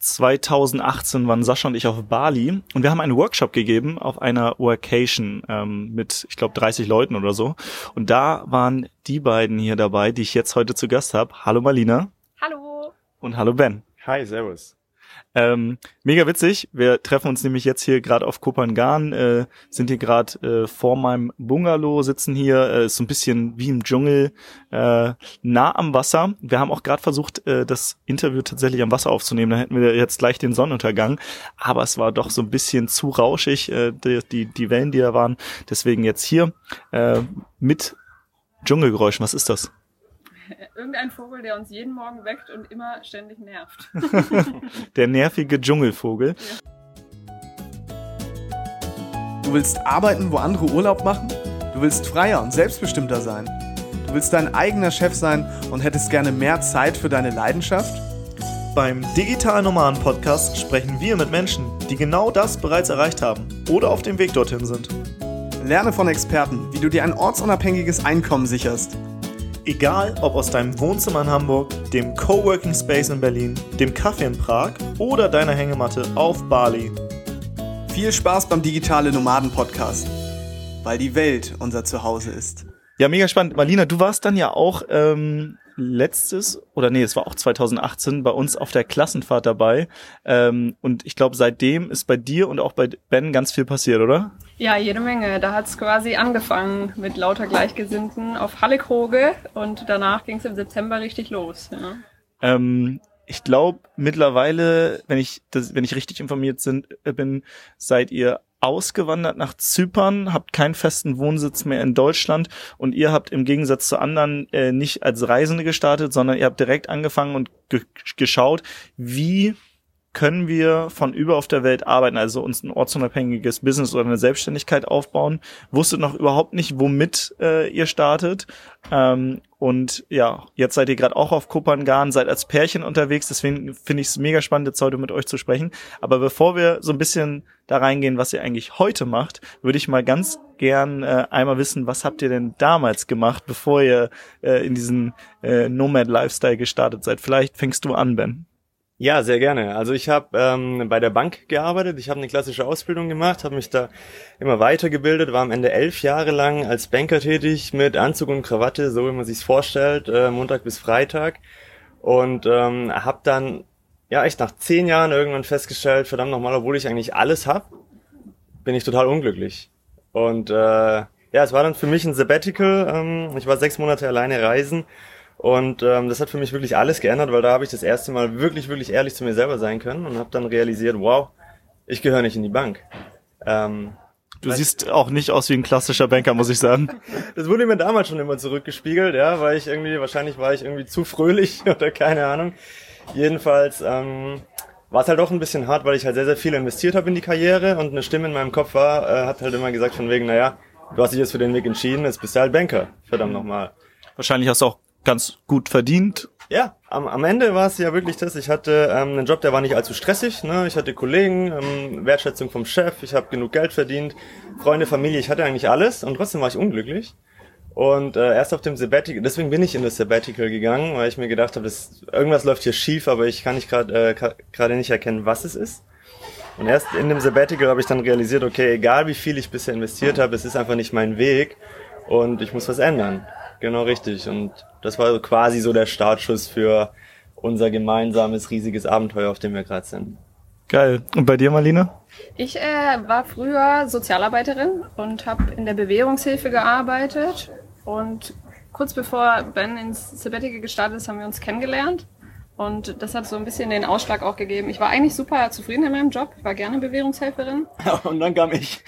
2018 waren Sascha und ich auf Bali und wir haben einen Workshop gegeben auf einer Workation mit, ich glaube, 30 Leuten oder so. Und da waren die beiden hier dabei, die ich jetzt heute zu Gast habe. Hallo Marlina. Hallo. Und hallo Ben. Hi, servus. Mega witzig. Wir treffen uns nämlich jetzt hier gerade auf Koh Phangan, sind hier gerade vor meinem Bungalow, sitzen hier, ist so ein bisschen wie im Dschungel, nah am Wasser. Wir haben auch gerade versucht, das Interview tatsächlich am Wasser aufzunehmen. Da hätten wir jetzt gleich den Sonnenuntergang. Aber es war doch so ein bisschen zu rauschig, die Wellen, die da waren. Deswegen jetzt hier mit Dschungelgeräuschen. Was ist das? Irgendein Vogel, der uns jeden Morgen weckt und immer ständig nervt. Der nervige Dschungelvogel. Du willst arbeiten, wo andere Urlaub machen? Du willst freier und selbstbestimmter sein? Du willst dein eigener Chef sein und hättest gerne mehr Zeit für deine Leidenschaft? Beim Digital Nomaden Podcast sprechen wir mit Menschen, die genau das bereits erreicht haben oder auf dem Weg dorthin sind. Lerne von Experten, wie du dir ein ortsunabhängiges Einkommen sicherst. Egal, ob aus deinem Wohnzimmer in Hamburg, dem Coworking Space in Berlin, dem Café in Prag oder deiner Hängematte auf Bali. Viel Spaß beim Digitale Nomaden Podcast, weil die Welt unser Zuhause ist. Ja, mega spannend. Marlina, du warst dann ja auch es war auch 2018 bei uns auf der Klassenfahrt dabei. Und ich glaube, seitdem ist bei dir und auch bei Ben ganz viel passiert, oder? Ja, jede Menge. Da hat's quasi angefangen mit lauter Gleichgesinnten auf Hallig-Hoge und danach ging's im September richtig los. Ja. Ich glaube, mittlerweile, wenn ich richtig informiert bin, seid ihr ausgewandert nach Zypern, habt keinen festen Wohnsitz mehr in Deutschland und ihr habt im Gegensatz zu anderen nicht als Reisende gestartet, sondern ihr habt direkt angefangen und geschaut, wie können wir von überall auf der Welt arbeiten, also uns ein ortsunabhängiges Business oder eine Selbstständigkeit aufbauen. Wusstet noch überhaupt nicht, womit ihr startet. Und ja, jetzt seid ihr gerade auch auf Koh Phangan, seid als Pärchen unterwegs, deswegen finde ich es mega spannend, jetzt heute mit euch zu sprechen. Aber bevor wir so ein bisschen da reingehen, was ihr eigentlich heute macht, würde ich mal ganz gern einmal wissen, was habt ihr denn damals gemacht, bevor ihr in diesen Nomad-Lifestyle gestartet seid? Vielleicht fängst du an, Ben. Ja, sehr gerne. Also ich habe bei der Bank gearbeitet, ich habe eine klassische Ausbildung gemacht, habe mich da immer weitergebildet, war am Ende 11 Jahre lang als Banker tätig mit Anzug und Krawatte, so wie man sich's vorstellt, Montag bis Freitag und habe dann ja echt nach 10 Jahren irgendwann festgestellt, verdammt nochmal, obwohl ich eigentlich alles habe, bin ich total unglücklich. Und ja, es war dann für mich ein Sabbatical, ich war 6 Monate alleine reisen. Und das hat für mich wirklich alles geändert, weil da habe ich das erste Mal wirklich, wirklich ehrlich zu mir selber sein können und habe dann realisiert, wow, ich gehöre nicht in die Bank. Du siehst auch nicht aus wie ein klassischer Banker, muss ich sagen. Das wurde mir damals schon immer zurückgespiegelt, ja, weil wahrscheinlich war ich irgendwie zu fröhlich oder keine Ahnung. Jedenfalls war es halt auch ein bisschen hart, weil ich halt sehr, sehr viel investiert habe in die Karriere und eine Stimme in meinem Kopf hat halt immer gesagt von wegen, naja, du hast dich jetzt für den Weg entschieden, jetzt bist du halt Banker, verdammt nochmal. Wahrscheinlich hast du auch ganz gut verdient. Ja, am Ende war es ja wirklich das. Ich hatte einen Job, der war nicht allzu stressig. Ne? Ich hatte Kollegen, Wertschätzung vom Chef, ich habe genug Geld verdient, Freunde, Familie, ich hatte eigentlich alles und trotzdem war ich unglücklich. Und erst auf dem Sabbatical, deswegen bin ich in das Sabbatical gegangen, weil ich mir gedacht habe, irgendwas läuft hier schief, aber ich kann nicht gerade nicht erkennen, was es ist. Und erst in dem Sabbatical habe ich dann realisiert, okay, egal wie viel ich bisher investiert habe, es ist einfach nicht mein Weg und ich muss was ändern. Genau, richtig. Und das war quasi so der Startschuss für unser gemeinsames, riesiges Abenteuer, auf dem wir gerade sind. Geil. Und bei dir, Marlina? Ich war früher Sozialarbeiterin und habe in der Bewährungshilfe gearbeitet. Und kurz bevor Ben ins Sabbatical gestartet ist, haben wir uns kennengelernt. Und das hat so ein bisschen den Ausschlag auch gegeben. Ich war eigentlich super zufrieden in meinem Job. Ich war gerne Bewährungshelferin. Und dann kam ich.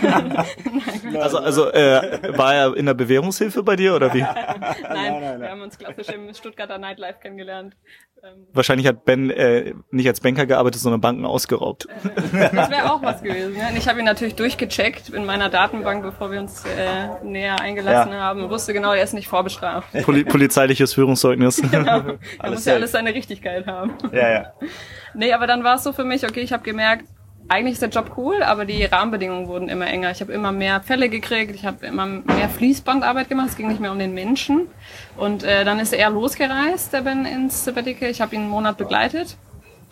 Also war er in der Bewährungshilfe bei dir oder wie? Nein, wir haben uns klassisch im Stuttgarter Nightlife kennengelernt. Wahrscheinlich hat Ben nicht als Banker gearbeitet, sondern Banken ausgeraubt. Das wäre auch was gewesen. Ja? Und ich habe ihn natürlich durchgecheckt in meiner Datenbank, bevor wir uns näher eingelassen haben. Ich wusste genau, er ist nicht vorbestraft. Polizeiliches Führungszeugnis. Genau. Er muss ja alles seine Richtigkeit haben. Ja. Nee, aber dann war es so für mich, okay, ich habe gemerkt, eigentlich ist der Job cool, aber die Rahmenbedingungen wurden immer enger. Ich habe immer mehr Fälle gekriegt, ich habe immer mehr Fließbandarbeit gemacht, es ging nicht mehr um den Menschen. Und dann ist er losgereist, der Ben ins Sabbatical. Ich habe ihn einen Monat begleitet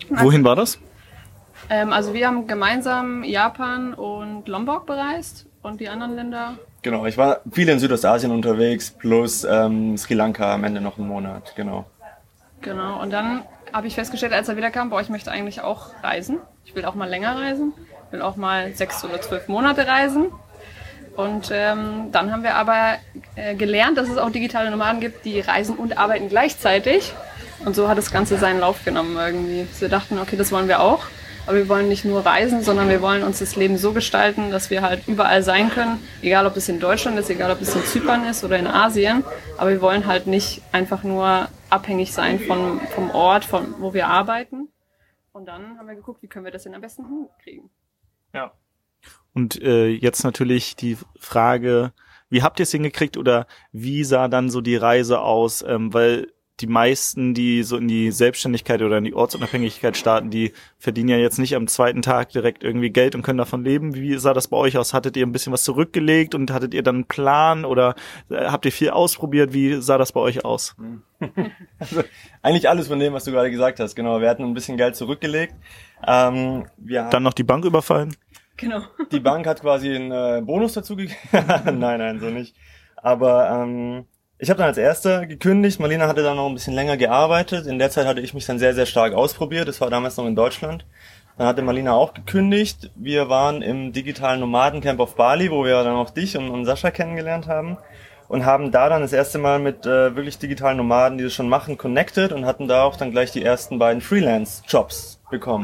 Wohin war das? Also wir haben gemeinsam Japan und Lombok bereist und die anderen Länder. Genau, ich war viel in Südostasien unterwegs, plus Sri Lanka am Ende noch einen Monat, genau. Genau, und dann habe ich festgestellt, als er wiederkam, boah, ich möchte eigentlich auch reisen. Ich will auch mal länger reisen, will auch mal 6 oder 12 Monate reisen. Und dann haben wir aber gelernt, dass es auch digitale Nomaden gibt, die reisen und arbeiten gleichzeitig. Und so hat das Ganze seinen Lauf genommen irgendwie. Wir dachten, okay, das wollen wir auch. Aber wir wollen nicht nur reisen, sondern wir wollen uns das Leben so gestalten, dass wir halt überall sein können. Egal, ob es in Deutschland ist, egal, ob es in Zypern ist oder in Asien. Aber wir wollen halt nicht einfach nur abhängig sein vom Ort, wo wir arbeiten. Und dann haben wir geguckt, wie können wir das denn am besten hinkriegen. Ja. Und jetzt natürlich die Frage, wie habt ihr es hingekriegt oder wie sah dann so die Reise aus? Weil die meisten, die so in die Selbstständigkeit oder in die Ortsunabhängigkeit starten, die verdienen ja jetzt nicht am zweiten Tag direkt irgendwie Geld und können davon leben. Wie sah das bei euch aus? Hattet ihr ein bisschen was zurückgelegt und hattet ihr dann einen Plan oder habt ihr viel ausprobiert? Wie sah das bei euch aus? Also eigentlich alles von dem, was du gerade gesagt hast. Genau, wir hatten ein bisschen Geld zurückgelegt. Dann noch die Bank überfallen? Genau. Die Bank hat quasi einen Bonus dazu gegeben. Nein, so nicht. Aber ich habe dann als Erster gekündigt. Marlena hatte dann noch ein bisschen länger gearbeitet. In der Zeit hatte ich mich dann sehr, sehr stark ausprobiert. Das war damals noch in Deutschland. Dann hatte Marlena auch gekündigt. Wir waren im digitalen Nomadencamp auf Bali, wo wir dann auch dich und Sascha kennengelernt haben. Und haben da dann das erste Mal mit wirklich digitalen Nomaden, die das schon machen, connected und hatten da auch dann gleich die ersten beiden Freelance-Jobs bekommen.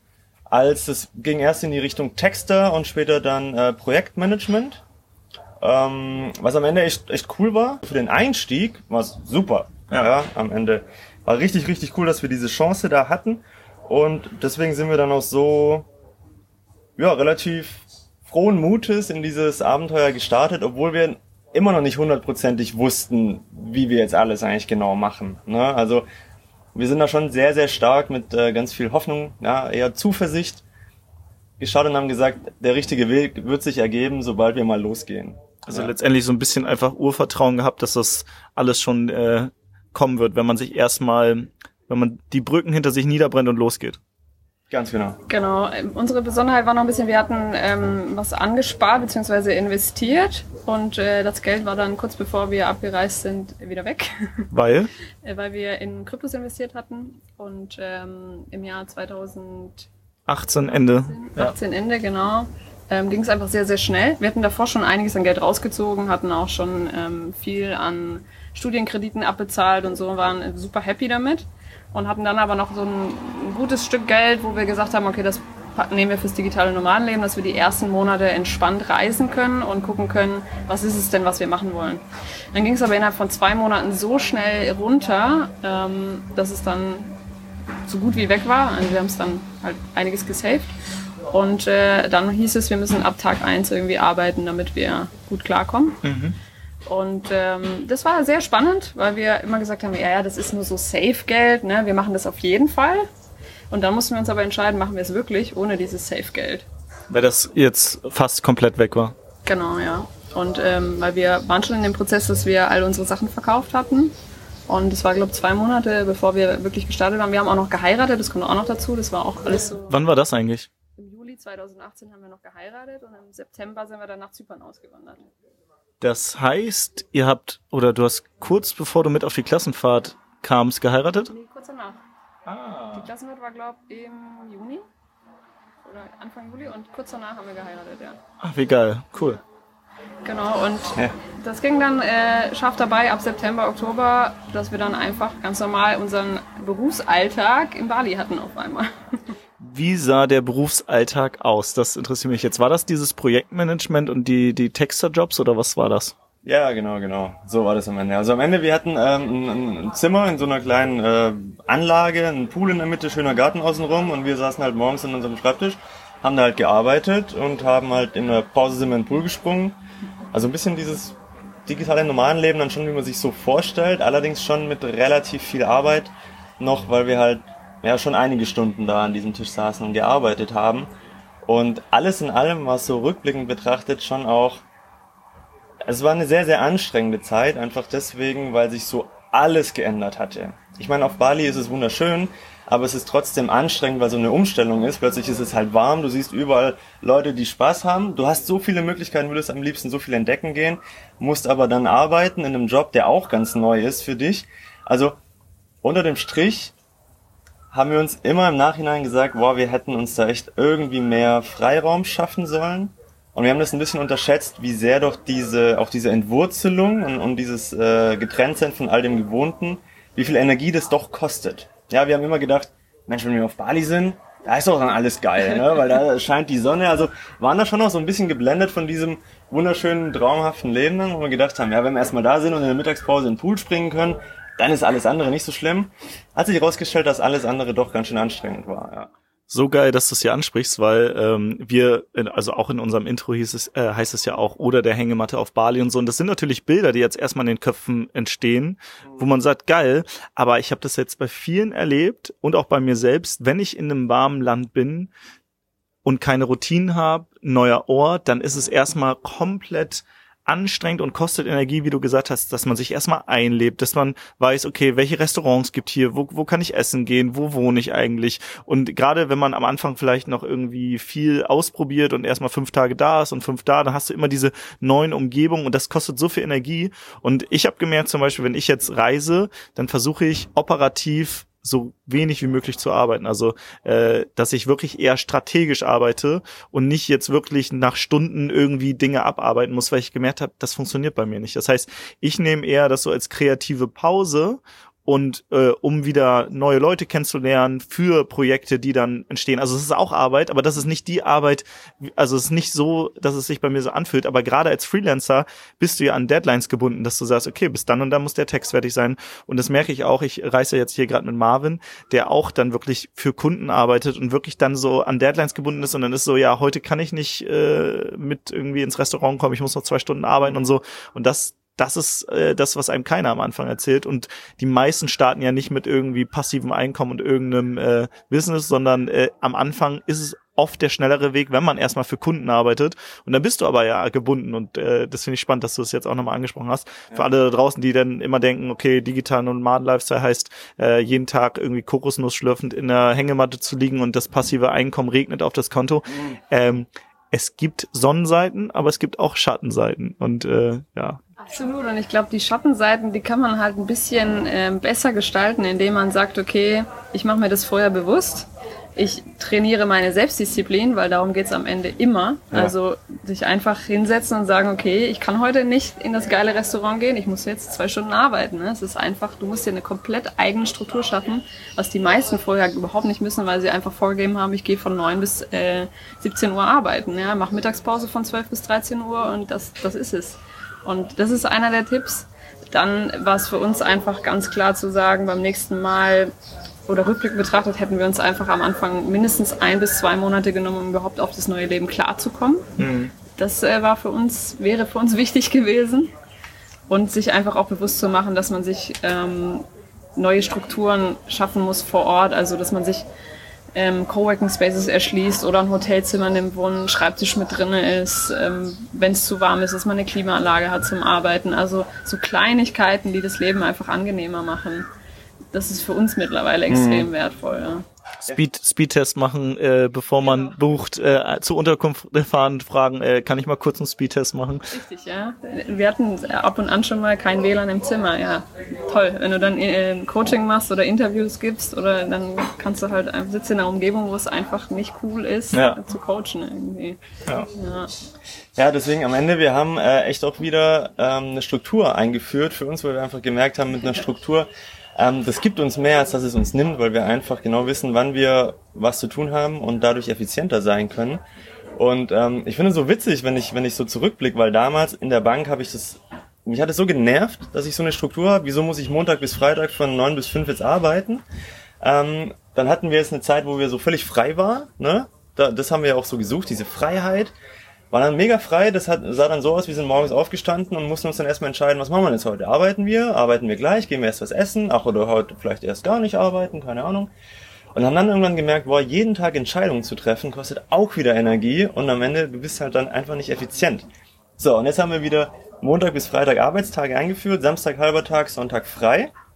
Es ging erst in die Richtung Texter und später dann Projektmanagement. Was am Ende echt cool war. Für den Einstieg war es super. Ja, am Ende war richtig, richtig cool, dass wir diese Chance da hatten. Und deswegen sind wir dann auch so, relativ frohen Mutes in dieses Abenteuer gestartet, obwohl wir immer noch nicht 100%ig wussten, wie wir jetzt alles eigentlich genau machen. Ne? Also wir sind da schon sehr, sehr stark mit ganz viel Hoffnung, eher Zuversicht gestartet und haben gesagt, der richtige Weg wird sich ergeben, sobald wir mal losgehen. Also letztendlich so ein bisschen einfach Urvertrauen gehabt, dass das alles schon kommen wird, wenn man die Brücken hinter sich niederbrennt und losgeht. Ganz genau. Genau. Unsere Besonderheit war noch ein bisschen, wir hatten was angespart bzw. investiert und das Geld war dann kurz bevor wir abgereist sind wieder weg. Weil? Weil wir in Kryptos investiert hatten und im Jahr 2018 Ende. 18 Ende, genau. Ging es einfach sehr, sehr schnell. Wir hatten davor schon einiges an Geld rausgezogen, hatten auch schon viel an Studienkrediten abbezahlt und so, waren super happy damit und hatten dann aber noch so ein gutes Stück Geld, wo wir gesagt haben, okay, das nehmen wir fürs digitale Nomadenleben, dass wir die ersten Monate entspannt reisen können und gucken können, was ist es denn, was wir machen wollen. Dann ging es aber innerhalb von 2 Monaten so schnell runter, dass es dann so gut wie weg war. Also wir haben es dann halt einiges gesaved. Und dann hieß es, wir müssen ab Tag 1 irgendwie arbeiten, damit wir gut klarkommen. Mhm. Und das war sehr spannend, weil wir immer gesagt haben, ja, das ist nur so Safe-Geld, ne? Wir machen das auf jeden Fall. Und dann mussten wir uns aber entscheiden, machen wir es wirklich ohne dieses Safe-Geld. Weil das jetzt fast komplett weg war. Genau, ja. Und weil wir waren schon in dem Prozess, dass wir all unsere Sachen verkauft hatten. Und es war, glaube ich, 2 Monate, bevor wir wirklich gestartet haben. Wir haben auch noch geheiratet, das kommt auch noch dazu. Das war auch alles so. Wann war das eigentlich? Im Juli 2018 haben wir noch geheiratet und im September sind wir dann nach Zypern ausgewandert. Das heißt, du hast kurz bevor du mit auf die Klassenfahrt kamst, geheiratet? Nee, kurz danach. Die Klassenfahrt war, glaube ich, im Juni oder Anfang Juli und kurz danach haben wir geheiratet, ja. Ach, wie geil, cool. Genau, und das ging dann scharf dabei ab September, Oktober, dass wir dann einfach ganz normal unseren Berufsalltag in Bali hatten auf einmal. Wie sah der Berufsalltag aus? Das interessiert mich jetzt. War das dieses Projektmanagement und die Texterjobs oder was war das? Ja, genau. So war das am Ende. Also am Ende, wir hatten ein Zimmer in so einer kleinen Anlage, einen Pool in der Mitte, schöner Garten außenrum und wir saßen halt morgens an unserem Schreibtisch, haben da halt gearbeitet und haben halt in der Pause sind wir in den Pool gesprungen. Also ein bisschen dieses digitale Nomadenleben dann schon, wie man sich so vorstellt, allerdings schon mit relativ viel Arbeit noch, weil wir halt schon einige Stunden da an diesem Tisch saßen und gearbeitet haben. Und alles in allem war es so rückblickend betrachtet schon auch, es war eine sehr, sehr anstrengende Zeit, einfach deswegen, weil sich so alles geändert hatte. Ich meine, auf Bali ist es wunderschön, aber es ist trotzdem anstrengend, weil so eine Umstellung ist. Plötzlich ist es halt warm, du siehst überall Leute, die Spaß haben. Du hast so viele Möglichkeiten, würdest am liebsten so viel entdecken gehen, musst aber dann arbeiten in einem Job, der auch ganz neu ist für dich. Also unter dem Strich haben wir uns immer im Nachhinein gesagt, boah, wir hätten uns da echt irgendwie mehr Freiraum schaffen sollen. Und wir haben das ein bisschen unterschätzt, wie sehr doch diese Entwurzelung und dieses Getrenntsein von all dem Gewohnten, wie viel Energie das doch kostet. Ja, wir haben immer gedacht, Mensch, wenn wir auf Bali sind, da ist doch dann alles geil, ne? Weil da scheint die Sonne. Also waren da schon noch so ein bisschen geblendet von diesem wunderschönen, traumhaften Leben, dann, wo wir gedacht haben, ja, wenn wir erstmal da sind und in der Mittagspause in den Pool springen können, dann ist alles andere nicht so schlimm. Hat sich herausgestellt, dass alles andere doch ganz schön anstrengend war, ja. So geil, dass du es hier ansprichst, weil wir, also auch in unserem Intro heißt es ja auch, oder der Hängematte auf Bali und so. Und das sind natürlich Bilder, die jetzt erstmal in den Köpfen entstehen, wo man sagt, geil, aber ich habe das jetzt bei vielen erlebt und auch bei mir selbst, wenn ich in einem warmen Land bin und keine Routinen habe, neuer Ort, dann ist es erstmal komplett anstrengend und kostet Energie, wie du gesagt hast, dass man sich erstmal einlebt, dass man weiß, okay, welche Restaurants gibt hier, wo kann ich essen gehen, wo wohne ich eigentlich? Und gerade wenn man am Anfang vielleicht noch irgendwie viel ausprobiert und erstmal 5 Tage da ist und 5 da, dann hast du immer diese neuen Umgebungen und das kostet so viel Energie. Und ich habe gemerkt zum Beispiel, wenn ich jetzt reise, dann versuche ich operativ so wenig wie möglich zu arbeiten. Also, dass ich wirklich eher strategisch arbeite und nicht jetzt wirklich nach Stunden irgendwie Dinge abarbeiten muss, weil ich gemerkt habe, das funktioniert bei mir nicht. Das heißt, ich nehme eher das so als kreative Pause und um wieder neue Leute kennenzulernen für Projekte, die dann entstehen. Also es ist auch Arbeit, aber das ist nicht die Arbeit, also es ist nicht so, dass es sich bei mir so anfühlt, aber gerade als Freelancer bist du ja an Deadlines gebunden, dass du sagst, okay, bis dann und dann muss der Text fertig sein und das merke ich auch, ich reise jetzt hier gerade mit Marvin, der auch dann wirklich für Kunden arbeitet und wirklich dann so an Deadlines gebunden ist und dann ist so, ja, heute kann ich nicht mit irgendwie ins Restaurant kommen, ich muss noch 2 Stunden arbeiten und so und das ist das, was einem keiner am Anfang erzählt. Und die meisten starten ja nicht mit irgendwie passivem Einkommen und irgendeinem Business, sondern am Anfang ist es oft der schnellere Weg, wenn man erstmal für Kunden arbeitet. Und dann bist du aber ja gebunden. Und das finde ich spannend, dass du es jetzt auch nochmal angesprochen hast. Ja. Für alle da draußen, die dann immer denken, okay, digital Nomaden-Lifestyle heißt, jeden Tag irgendwie Kokosnuss schlürfend in der Hängematte zu liegen und das passive Einkommen regnet auf das Konto. Es gibt Sonnenseiten, aber es gibt auch Schattenseiten. Und ja. Absolut. Und ich glaube, die Schattenseiten, die kann man halt ein bisschen besser gestalten, indem man sagt, okay, ich mache mir das vorher bewusst. Ich trainiere meine Selbstdisziplin, weil darum geht's am Ende immer. Ja. Also sich einfach hinsetzen und sagen, okay, ich kann heute nicht in das geile Restaurant gehen, ich muss jetzt 2 Stunden arbeiten. Ne? Es ist einfach, du musst dir eine komplett eigene Struktur schaffen, was die meisten vorher überhaupt nicht müssen, weil sie einfach vorgegeben haben, ich gehe von 9 bis 17 Uhr arbeiten. Ja? Mach Mittagspause von 12 bis 13 Uhr und das ist es. Und das ist einer der Tipps. Dann war es für uns einfach ganz klar zu sagen, beim nächsten Mal oder rückblickend betrachtet, hätten wir uns einfach am Anfang mindestens 1 bis 2 Monate genommen, um überhaupt auf das neue Leben klarzukommen. Mhm. Das wäre für uns wichtig gewesen. Und sich einfach auch bewusst zu machen, dass man sich neue Strukturen schaffen muss vor Ort. Also dass man sich Coworking Spaces erschließt oder ein Hotelzimmer nimmt, wo ein Schreibtisch mit drin ist, wenn es zu warm ist, dass man eine Klimaanlage hat zum Arbeiten. Also so Kleinigkeiten, die das Leben einfach angenehmer machen. Das ist für uns mittlerweile extrem wertvoll. Ja. Speedtest machen, bevor man bucht, zur Unterkunft fahren, fragen, kann ich mal kurz einen Speedtest machen? Richtig, ja. Wir hatten ab und an schon mal kein WLAN im Zimmer, ja. Toll. Wenn du dann Coaching machst oder Interviews gibst oder dann kannst du halt einfach sitzen in einer Umgebung, wo es einfach nicht cool ist, zu coachen irgendwie. Ja, deswegen am Ende, wir haben echt auch wieder eine Struktur eingeführt für uns, weil wir einfach gemerkt haben, mit einer Struktur, das gibt uns mehr, als dass es uns nimmt, weil wir einfach genau wissen, wann wir was zu tun haben und dadurch effizienter sein können. Und ich finde es so witzig, wenn ich so zurückblicke, weil damals in der Bank mich hat es so genervt, dass ich so eine Struktur habe. Wieso muss ich Montag bis Freitag von 9 bis 5 jetzt arbeiten? Dann hatten wir jetzt eine Zeit, wo wir so völlig frei waren. Ne? Das haben wir ja auch so gesucht, diese Freiheit. War dann mega frei, sah dann so aus, wir sind morgens aufgestanden und mussten uns dann erstmal entscheiden, was machen wir jetzt heute? Arbeiten wir gleich, gehen wir erst was essen, oder heute vielleicht erst gar nicht arbeiten, keine Ahnung. Und haben dann irgendwann gemerkt, jeden Tag Entscheidungen zu treffen, kostet auch wieder Energie und am Ende, du bist halt dann einfach nicht effizient. So, und jetzt haben wir wieder Montag bis Freitag Arbeitstage eingeführt, Samstag halber Tag, Sonntag frei.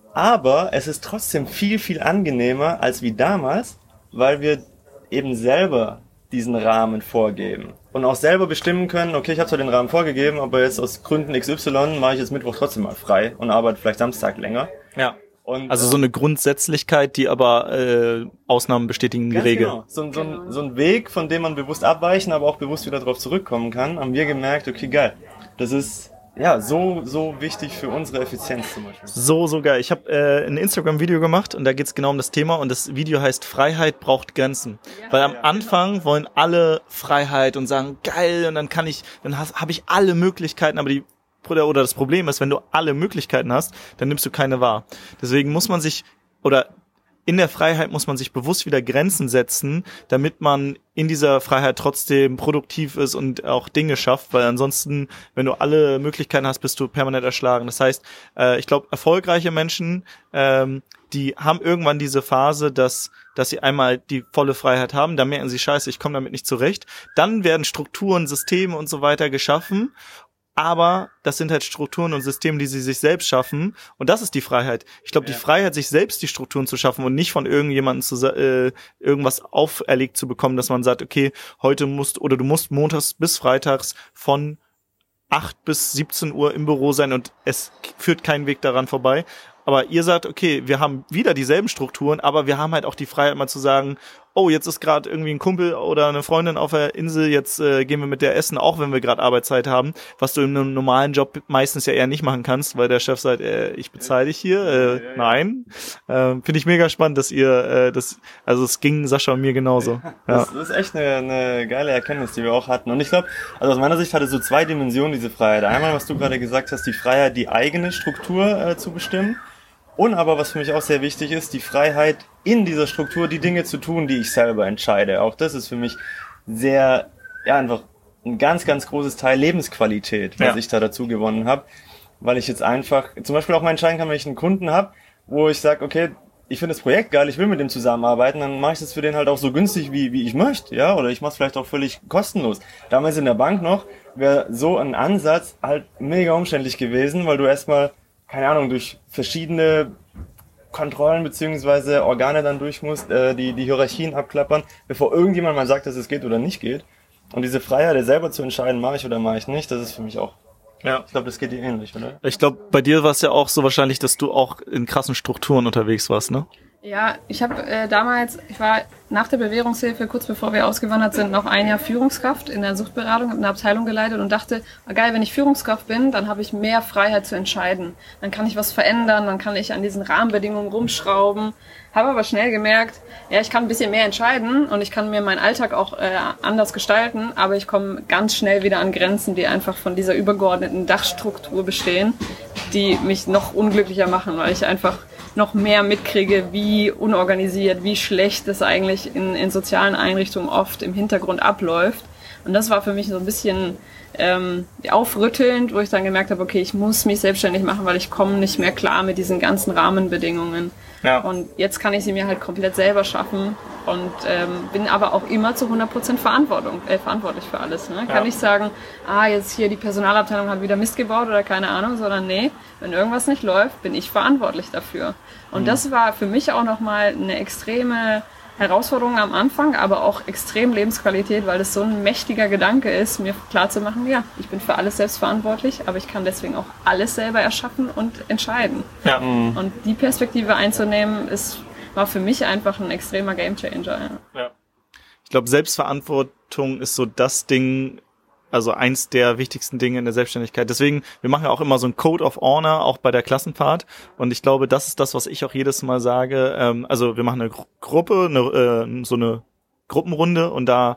Aber es ist trotzdem viel, viel angenehmer als wie damals, weil wir eben selber diesen Rahmen vorgeben. Und auch selber bestimmen können, okay, ich habe zwar den Rahmen vorgegeben, aber jetzt aus Gründen XY mache ich jetzt Mittwoch trotzdem mal frei und arbeite vielleicht Samstag länger. Ja. Und, also so eine Grundsätzlichkeit, die aber Ausnahmen bestätigen die Regel. Genau. So ein Weg, von dem man bewusst abweichen, aber auch bewusst wieder drauf zurückkommen kann, haben wir gemerkt, okay, geil, das ist ja so wichtig für unsere Effizienz zum Beispiel. So geil. Ich habe ein Instagram-Video gemacht und da geht's genau um das Thema und das Video heißt Freiheit braucht Grenzen. Ja. Weil am Anfang wollen alle Freiheit und sagen, geil, und dann habe ich alle Möglichkeiten, aber oder das Problem ist, wenn du alle Möglichkeiten hast, dann nimmst du keine wahr. Deswegen muss man sich, oder in der Freiheit muss man sich bewusst wieder Grenzen setzen, damit man in dieser Freiheit trotzdem produktiv ist und auch Dinge schafft, weil ansonsten, wenn du alle Möglichkeiten hast, bist du permanent erschlagen. Das heißt, ich glaube, erfolgreiche Menschen, die haben irgendwann diese Phase, dass sie einmal die volle Freiheit haben, dann merken sie, scheiße, ich komme damit nicht zurecht. Dann werden Strukturen, Systeme und so weiter geschaffen. Aber das sind halt Strukturen und Systeme, die sie sich selbst schaffen. Und das ist die Freiheit. Ich glaube, die Freiheit, sich selbst die Strukturen zu schaffen und nicht von irgendjemandem irgendwas auferlegt zu bekommen, dass man sagt, okay, du musst montags bis freitags von 8 bis 17 Uhr im Büro sein und es führt kein Weg daran vorbei. Aber ihr sagt, okay, wir haben wieder dieselben Strukturen, aber wir haben halt auch die Freiheit, mal zu sagen, oh, jetzt ist gerade irgendwie ein Kumpel oder eine Freundin auf der Insel, jetzt gehen wir mit der essen, auch wenn wir gerade Arbeitszeit haben, was du in einem normalen Job meistens ja eher nicht machen kannst, weil der Chef sagt, ich bezahle dich hier. Nein. Finde ich mega spannend, dass ihr also es ging Sascha und mir genauso. Ja. Das ist echt eine geile Erkenntnis, die wir auch hatten. Und ich glaube, also aus meiner Sicht hatte so 2 Dimensionen diese Freiheit. Einmal, was du gerade gesagt hast, die Freiheit, die eigene Struktur zu bestimmen. Und aber, was für mich auch sehr wichtig ist, die Freiheit in dieser Struktur, die Dinge zu tun, die ich selber entscheide. Auch das ist für mich sehr, einfach ein ganz, ganz großes Teil Lebensqualität, was ich da dazu gewonnen habe. Weil ich jetzt einfach, zum Beispiel auch mal entscheiden kann, wenn ich einen Kunden habe, wo ich sage, okay, ich finde das Projekt geil, ich will mit dem zusammenarbeiten, dann mache ich das für den halt auch so günstig, wie ich möchte, ja, oder ich mache es vielleicht auch völlig kostenlos. Damals in der Bank noch, wäre so ein Ansatz halt mega umständlich gewesen, weil du erstmal, keine Ahnung, durch verschiedene Kontrollen beziehungsweise Organe dann durch musst, die Hierarchien abklappern, bevor irgendjemand mal sagt, dass es geht oder nicht geht. Und diese Freiheit, selber zu entscheiden, mache ich oder mache ich nicht, das ist für mich auch. Ja. Ich glaube, das geht dir ähnlich, oder? Ich glaube, bei dir war es ja auch so wahrscheinlich, dass du auch in krassen Strukturen unterwegs warst, ne? Ja, ich habe ich war nach der Bewährungshilfe, kurz bevor wir ausgewandert sind, noch ein Jahr Führungskraft in der Suchtberatung, habe eine Abteilung geleitet und dachte, geil, wenn ich Führungskraft bin, dann habe ich mehr Freiheit zu entscheiden. Dann kann ich was verändern, dann kann ich an diesen Rahmenbedingungen rumschrauben. Habe aber schnell gemerkt, ich kann ein bisschen mehr entscheiden und ich kann mir meinen Alltag auch anders gestalten, aber ich komme ganz schnell wieder an Grenzen, die einfach von dieser übergeordneten Dachstruktur bestehen, die mich noch unglücklicher machen, weil ich einfach noch mehr mitkriege, wie unorganisiert, wie schlecht es eigentlich in sozialen Einrichtungen oft im Hintergrund abläuft. Und das war für mich so ein bisschen aufrüttelnd, wo ich dann gemerkt habe, okay, ich muss mich selbstständig machen, weil ich komme nicht mehr klar mit diesen ganzen Rahmenbedingungen. Ja. Und jetzt kann ich sie mir halt komplett selber schaffen und bin aber auch immer zu 100% verantwortlich für alles. Ne? Kann nicht sagen, jetzt hier die Personalabteilung hat wieder Mist gebaut oder keine Ahnung, sondern nee, wenn irgendwas nicht läuft, bin ich verantwortlich dafür. Und das war für mich auch nochmal eine extreme Herausforderung am Anfang, aber auch extrem Lebensqualität, weil es so ein mächtiger Gedanke ist, mir klarzumachen, ich bin für alles selbst verantwortlich, aber ich kann deswegen auch alles selber erschaffen und entscheiden. Ja. Und die Perspektive einzunehmen, war für mich einfach ein extremer Gamechanger. Ja. Ich glaube, Selbstverantwortung ist so das Ding, also eins der wichtigsten Dinge in der Selbstständigkeit. Deswegen, wir machen ja auch immer so ein Code of Honor, auch bei der Klassenfahrt. Und ich glaube, das ist das, was ich auch jedes Mal sage. Also wir machen eine Gruppe, so eine Gruppenrunde und da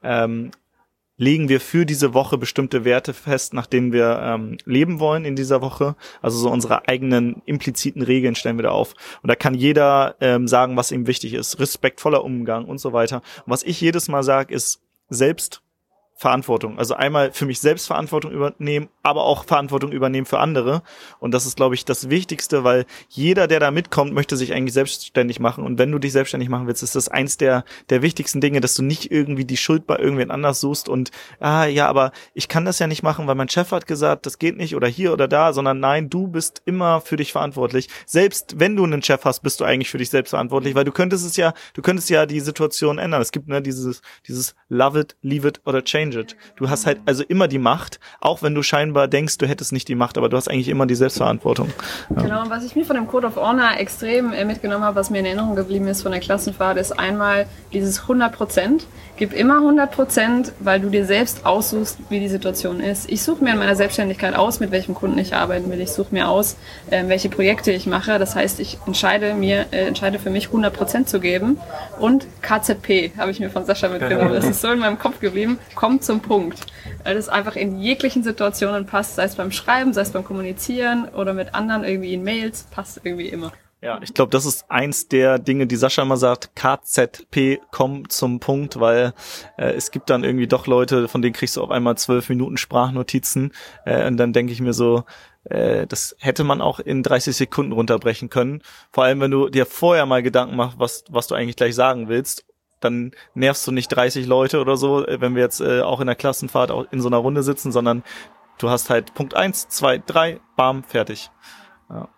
legen wir für diese Woche bestimmte Werte fest, nach denen wir leben wollen in dieser Woche. Also so unsere eigenen impliziten Regeln stellen wir da auf. Und da kann jeder sagen, was ihm wichtig ist. Respektvoller Umgang und so weiter. Und was ich jedes Mal sage, ist Verantwortung. Also einmal für mich selbst Verantwortung übernehmen, aber auch Verantwortung übernehmen für andere. Und das ist, glaube ich, das Wichtigste, weil jeder, der da mitkommt, möchte sich eigentlich selbstständig machen. Und wenn du dich selbstständig machen willst, ist das eins der wichtigsten Dinge, dass du nicht irgendwie die Schuld bei irgendwen anders suchst und, ja, aber ich kann das ja nicht machen, weil mein Chef hat gesagt, das geht nicht oder hier oder da, sondern nein, du bist immer für dich verantwortlich. Selbst wenn du einen Chef hast, bist du eigentlich für dich selbst verantwortlich, weil du könntest ja die Situation ändern. Es gibt dieses love it, leave it oder change it. Du hast halt also immer die Macht, auch wenn du scheinbar denkst, du hättest nicht die Macht, aber du hast eigentlich immer die Selbstverantwortung. Ja. Genau, und was ich mir von dem Code of Honor extrem mitgenommen habe, was mir in Erinnerung geblieben ist von der Klassenfahrt, ist einmal dieses 100%. Gib immer 100%, weil du dir selbst aussuchst, wie die Situation ist. Ich suche mir in meiner Selbstständigkeit aus, mit welchem Kunden ich arbeiten will. Ich suche mir aus, welche Projekte ich mache. Das heißt, ich entscheide für mich 100% zu geben. Und KZP habe ich mir von Sascha mitgenommen. Das ist so in meinem Kopf geblieben. Komm zum Punkt. Weil das einfach in jeglichen Situationen passt, sei es beim Schreiben, sei es beim Kommunizieren oder mit anderen irgendwie in Mails, passt irgendwie immer. Ja, ich glaube, das ist eins der Dinge, die Sascha immer sagt, KZP, komm zum Punkt, weil es gibt dann irgendwie doch Leute, von denen kriegst du auf einmal 12 Minuten Sprachnotizen und dann denke ich mir so, das hätte man auch in 30 Sekunden runterbrechen können. Vor allem, wenn du dir vorher mal Gedanken machst, was du eigentlich gleich sagen willst, dann nervst du nicht 30 Leute oder so, wenn wir jetzt auch in der Klassenfahrt auch in so einer Runde sitzen, sondern du hast halt Punkt 1, 2, 3, bam, fertig. Ja.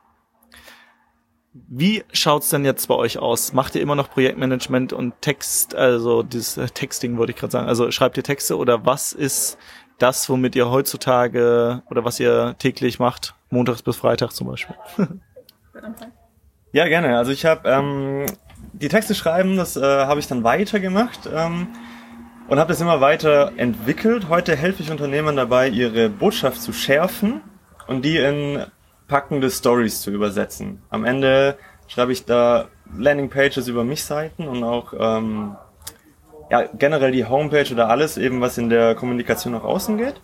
Wie schaut's denn jetzt bei euch aus? Macht ihr immer noch Projektmanagement und Text, also dieses Texting wollte ich gerade sagen, also schreibt ihr Texte oder was ist das, womit ihr heutzutage oder was ihr täglich macht, montags bis freitags zum Beispiel? Ja, gerne. Also ich habe die Texte schreiben, das habe ich dann weitergemacht und habe das immer weiter entwickelt. Heute helfe ich Unternehmern dabei, ihre Botschaft zu schärfen und die in packende Stories zu übersetzen. Am Ende schreibe ich da Landingpages über mich-Seiten und auch generell die Homepage oder alles eben, was in der Kommunikation nach außen geht.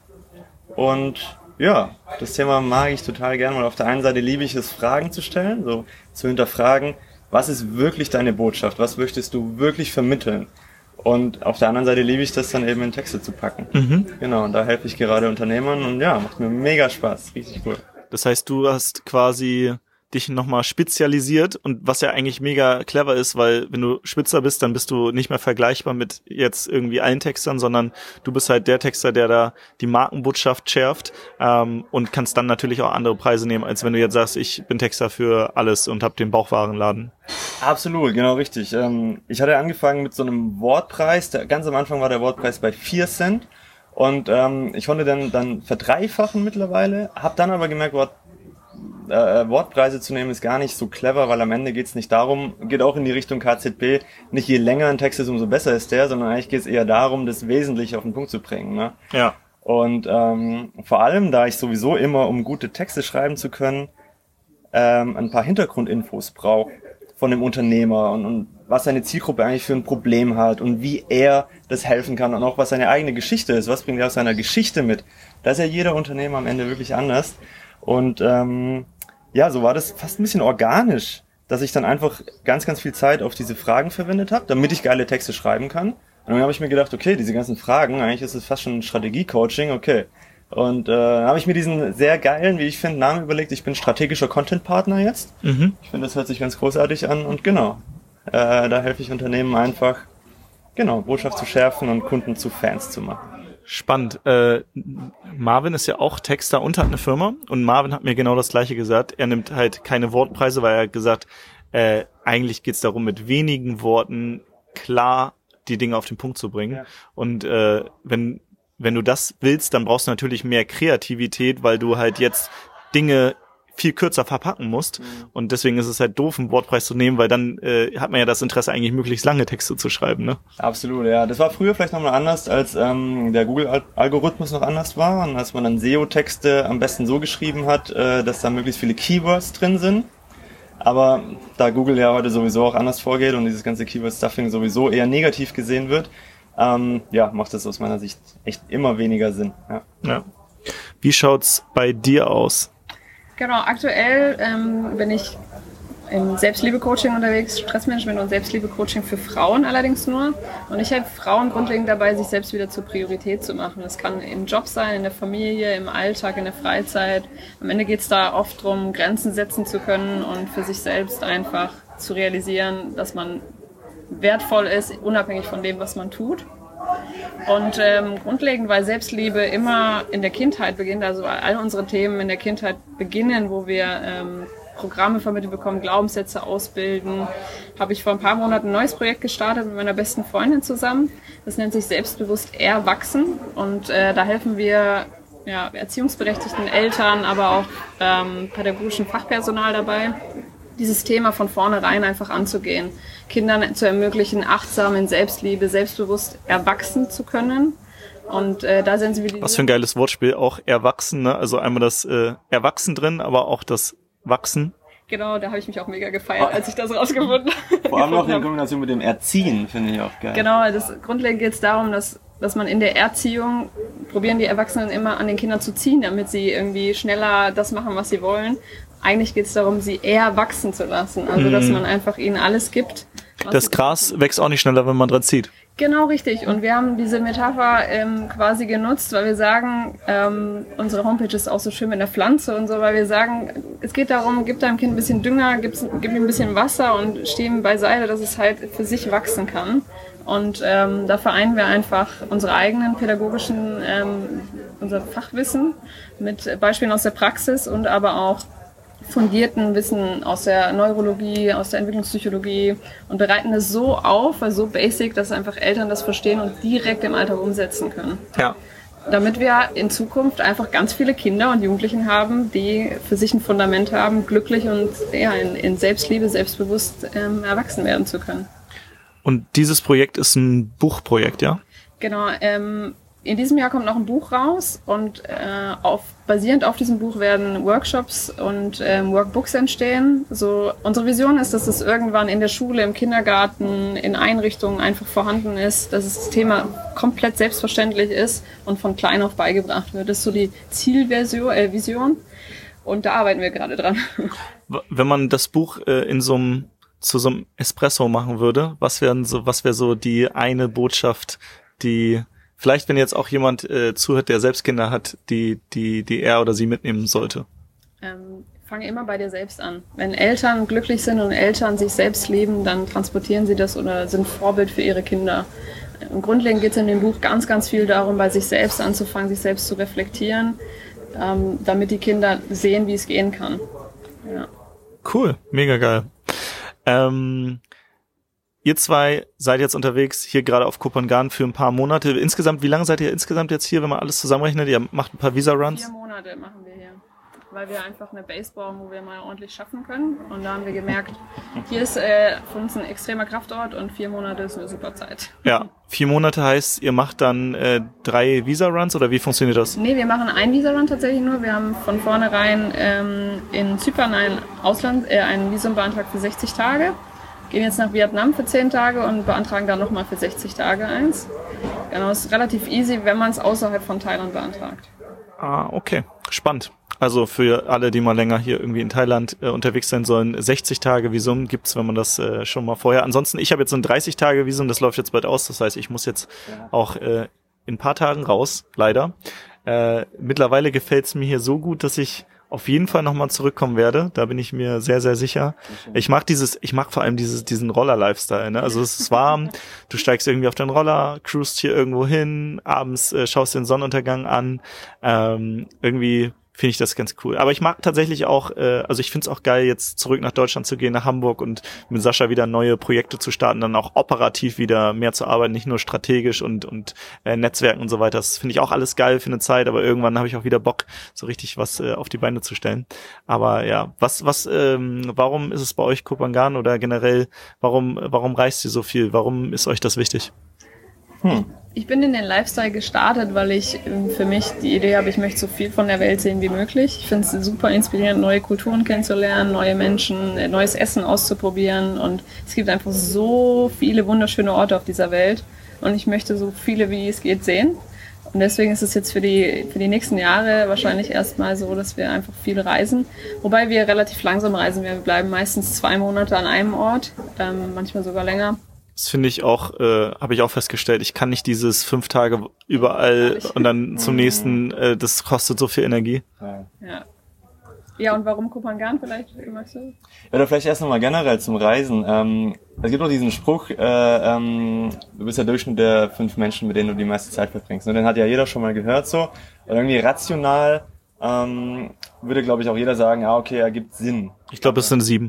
Und ja, das Thema mag ich total gern, weil auf der einen Seite liebe ich es, Fragen zu stellen, so zu hinterfragen, was ist wirklich deine Botschaft, was möchtest du wirklich vermitteln? Und auf der anderen Seite liebe ich das dann eben in Texte zu packen. Mhm. Genau, und da helfe ich gerade Unternehmern und ja, macht mir mega Spaß, richtig cool. Das heißt, du hast quasi dich nochmal spezialisiert und was ja eigentlich mega clever ist, weil wenn du Spitzer bist, dann bist du nicht mehr vergleichbar mit jetzt irgendwie allen Textern, sondern du bist halt der Texter, der da die Markenbotschaft schärft und kannst dann natürlich auch andere Preise nehmen, als wenn du jetzt sagst, ich bin Texter für alles und hab den Bauchwarenladen. Absolut, genau richtig. Ich hatte angefangen mit so einem Wortpreis, ganz am Anfang war der Wortpreis bei 4 Cent. Und ich konnte dann verdreifachen mittlerweile, habe dann aber gemerkt, Wortpreise zu nehmen ist gar nicht so clever, weil am Ende geht's nicht darum, geht auch in die Richtung KZP, nicht je länger ein Text ist, umso besser ist der, sondern eigentlich geht's eher darum, das Wesentliche auf den Punkt zu bringen. Ne? Ja. Und vor allem, da ich sowieso immer, um gute Texte schreiben zu können, ein paar Hintergrundinfos brauche von dem Unternehmer und was seine Zielgruppe eigentlich für ein Problem hat und wie er das helfen kann und auch was seine eigene Geschichte ist, was bringt er aus seiner Geschichte mit. Da ist ja jeder Unternehmer am Ende wirklich anders und so war das fast ein bisschen organisch, dass ich dann einfach ganz, ganz viel Zeit auf diese Fragen verwendet habe, damit ich geile Texte schreiben kann. Und dann habe ich mir gedacht, okay, diese ganzen Fragen, eigentlich ist es fast schon ein Strategie-Coaching, okay. Und dann habe ich mir diesen sehr geilen, wie ich finde, Namen überlegt. Ich bin strategischer Content-Partner jetzt. Mhm. Ich finde, das hört sich ganz großartig an und genau, da helfe ich Unternehmen einfach, Botschaft zu schärfen und Kunden zu Fans zu machen. Spannend. Marvin ist ja auch Texter und hat eine Firma und Marvin hat mir genau das Gleiche gesagt. Er nimmt halt keine Wortpreise, weil er hat gesagt, eigentlich geht's darum, mit wenigen Worten klar die Dinge auf den Punkt zu bringen. Ja. Und wenn du das willst, dann brauchst du natürlich mehr Kreativität, weil du halt jetzt Dinge viel kürzer verpacken musst. Und deswegen ist es halt doof, einen Wortpreis zu nehmen, weil dann hat man ja das Interesse, eigentlich möglichst lange Texte zu schreiben. Ne? Absolut, ja. Das war früher vielleicht nochmal anders, als der Google-Algorithmus noch anders war und als man dann SEO-Texte am besten so geschrieben hat, dass da möglichst viele Keywords drin sind. Aber da Google ja heute sowieso auch anders vorgeht und dieses ganze Keyword-Stuffing sowieso eher negativ gesehen wird, macht das aus meiner Sicht echt immer weniger Sinn. Ja. Wie schaut's bei dir aus? Genau, aktuell bin ich im Selbstliebe-Coaching unterwegs, Stressmanagement und Selbstliebe-Coaching für Frauen allerdings nur. Und ich helfe Frauen grundlegend dabei, sich selbst wieder zur Priorität zu machen. Das kann im Job sein, in der Familie, im Alltag, in der Freizeit. Am Ende geht es da oft darum, Grenzen setzen zu können und für sich selbst einfach zu realisieren, dass man wertvoll ist, unabhängig von dem, was man tut. Und grundlegend, weil Selbstliebe immer in der Kindheit beginnt, also all unsere Themen in der Kindheit beginnen, wo wir Programme vermittelt bekommen, Glaubenssätze ausbilden, habe ich vor ein paar Monaten ein neues Projekt gestartet mit meiner besten Freundin zusammen. Das nennt sich Selbstbewusst Erwachsen und da helfen wir erziehungsberechtigten Eltern, aber auch pädagogischen Fachpersonal dabei, dieses Thema von vornherein einfach anzugehen. Kindern zu ermöglichen, achtsam in Selbstliebe, selbstbewusst erwachsen zu können. Und da sensibilisieren. Was für ein geiles Wortspiel, auch erwachsen, ne? Also einmal das Erwachsen drin, aber auch das Wachsen. Genau, da habe ich mich auch mega gefeiert, als ich das rausgefunden habe. Vor allem noch in Kombination mit dem Erziehen, finde ich auch geil. Genau, grundlegend geht es darum, dass man in der Erziehung probieren die Erwachsenen immer an den Kindern zu ziehen, damit sie irgendwie schneller das machen, was sie wollen. Eigentlich geht es darum, sie eher wachsen zu lassen. Also, dass man einfach ihnen alles gibt. Das Gras wächst auch nicht schneller, wenn man dran zieht. Genau, richtig. Und wir haben diese Metapher quasi genutzt, weil wir sagen, unsere Homepage ist auch so schön mit der Pflanze und so, weil wir sagen, es geht darum, gib deinem Kind ein bisschen Dünger, gib ihm ein bisschen Wasser und steh ihm beiseite, dass es halt für sich wachsen kann. Und da vereinen wir einfach unsere eigenen pädagogischen, unser Fachwissen mit Beispielen aus der Praxis und aber auch fundierten Wissen aus der Neurologie, aus der Entwicklungspsychologie und bereiten es so auf, also so basic, dass einfach Eltern das verstehen und direkt im Alltag umsetzen können. Ja. Damit wir in Zukunft einfach ganz viele Kinder und Jugendlichen haben, die für sich ein Fundament haben, glücklich und in Selbstliebe, selbstbewusst erwachsen werden zu können. Und dieses Projekt ist ein Buchprojekt, ja? Genau, in diesem Jahr kommt noch ein Buch raus und basierend auf diesem Buch werden Workshops und Workbooks entstehen. So, unsere Vision ist, dass es irgendwann in der Schule, im Kindergarten, in Einrichtungen einfach vorhanden ist, dass das Thema komplett selbstverständlich ist und von klein auf beigebracht wird. Das ist so die Vision und da arbeiten wir gerade dran. Wenn man das Buch zu so einem Espresso machen würde, was wäre so die eine Botschaft, die vielleicht, wenn jetzt auch jemand zuhört, der selbst Kinder hat, die er oder sie mitnehmen sollte? Fange immer bei dir selbst an. Wenn Eltern glücklich sind und Eltern sich selbst lieben, dann transportieren sie das oder sind Vorbild für ihre Kinder. Im Grundlegend geht es in dem Buch ganz, ganz viel darum, bei sich selbst anzufangen, sich selbst zu reflektieren, damit die Kinder sehen, wie es gehen kann. Ja. Cool, mega geil. Ihr zwei seid jetzt unterwegs, hier gerade auf Koh Phangan für ein paar Monate. Insgesamt, wie lange seid ihr insgesamt jetzt hier, wenn man alles zusammenrechnet? Ihr macht ein paar Visa-Runs? 4 Monate machen wir hier, weil wir einfach eine Base brauchen, wo wir mal ordentlich schaffen können. Und da haben wir gemerkt, hier ist für uns ein extremer Kraftort und 4 Monate ist eine super Zeit. Ja, 4 Monate heißt, ihr macht dann 3 Visa-Runs oder wie funktioniert das? Nee, wir machen einen Visa-Run tatsächlich nur. Wir haben von vornherein in Zypern ein Visum beantragt für 60 Tage. Gehen jetzt nach Vietnam für 10 Tage und beantragen dann nochmal für 60 Tage eins. Genau, es ist relativ easy, wenn man es außerhalb von Thailand beantragt. Ah, okay. Spannend. Also für alle, die mal länger hier irgendwie in Thailand unterwegs sein sollen, 60 Tage Visum gibt's, wenn man das schon mal vorher. Ansonsten, ich habe jetzt so ein 30 Tage Visum, das läuft jetzt bald aus. Das heißt, ich muss jetzt auch in ein paar Tagen raus, leider. Mittlerweile gefällt's mir hier so gut, dass ich auf jeden Fall nochmal zurückkommen werde. Da bin ich mir sehr, sehr sicher. Ich mag vor allem diesen Roller-Lifestyle, ne? Also es ist warm, du steigst irgendwie auf den Roller, cruist hier irgendwo hin, abends schaust den Sonnenuntergang an. Irgendwie finde ich das ganz cool. Aber ich mag tatsächlich auch, also ich finde es auch geil, jetzt zurück nach Deutschland zu gehen, nach Hamburg und mit Sascha wieder neue Projekte zu starten, dann auch operativ wieder mehr zu arbeiten, nicht nur strategisch und Netzwerken und so weiter. Das finde ich auch alles geil für eine Zeit, aber irgendwann habe ich auch wieder Bock, so richtig was auf die Beine zu stellen. Aber ja, warum ist es bei euch Koh Phangan oder generell, warum reist ihr so viel? Warum ist euch das wichtig? Ich bin in den Lifestyle gestartet, weil ich für mich die Idee habe, ich möchte so viel von der Welt sehen wie möglich. Ich finde es super inspirierend, neue Kulturen kennenzulernen, neue Menschen, neues Essen auszuprobieren und es gibt einfach so viele wunderschöne Orte auf dieser Welt und ich möchte so viele wie es geht sehen. Und deswegen ist es jetzt für die nächsten Jahre wahrscheinlich erstmal so, dass wir einfach viel reisen. Wobei wir relativ langsam reisen. Wir bleiben meistens 2 Monate an einem Ort, manchmal sogar länger. Das finde ich auch, habe ich auch festgestellt. Ich kann nicht dieses 5 Tage überall und dann zum nächsten, das kostet so viel Energie. Ja. Ja, und warum Kopangan vielleicht, magst du? Ja, oder vielleicht erst nochmal generell zum Reisen. Es gibt auch diesen Spruch, du bist der Durchschnitt der 5 Menschen, mit denen du die meiste Zeit verbringst. Und den hat ja jeder schon mal gehört so. Und irgendwie rational würde, glaube ich, auch jeder sagen, okay, ergibt Sinn. Ich glaube, es sind 7.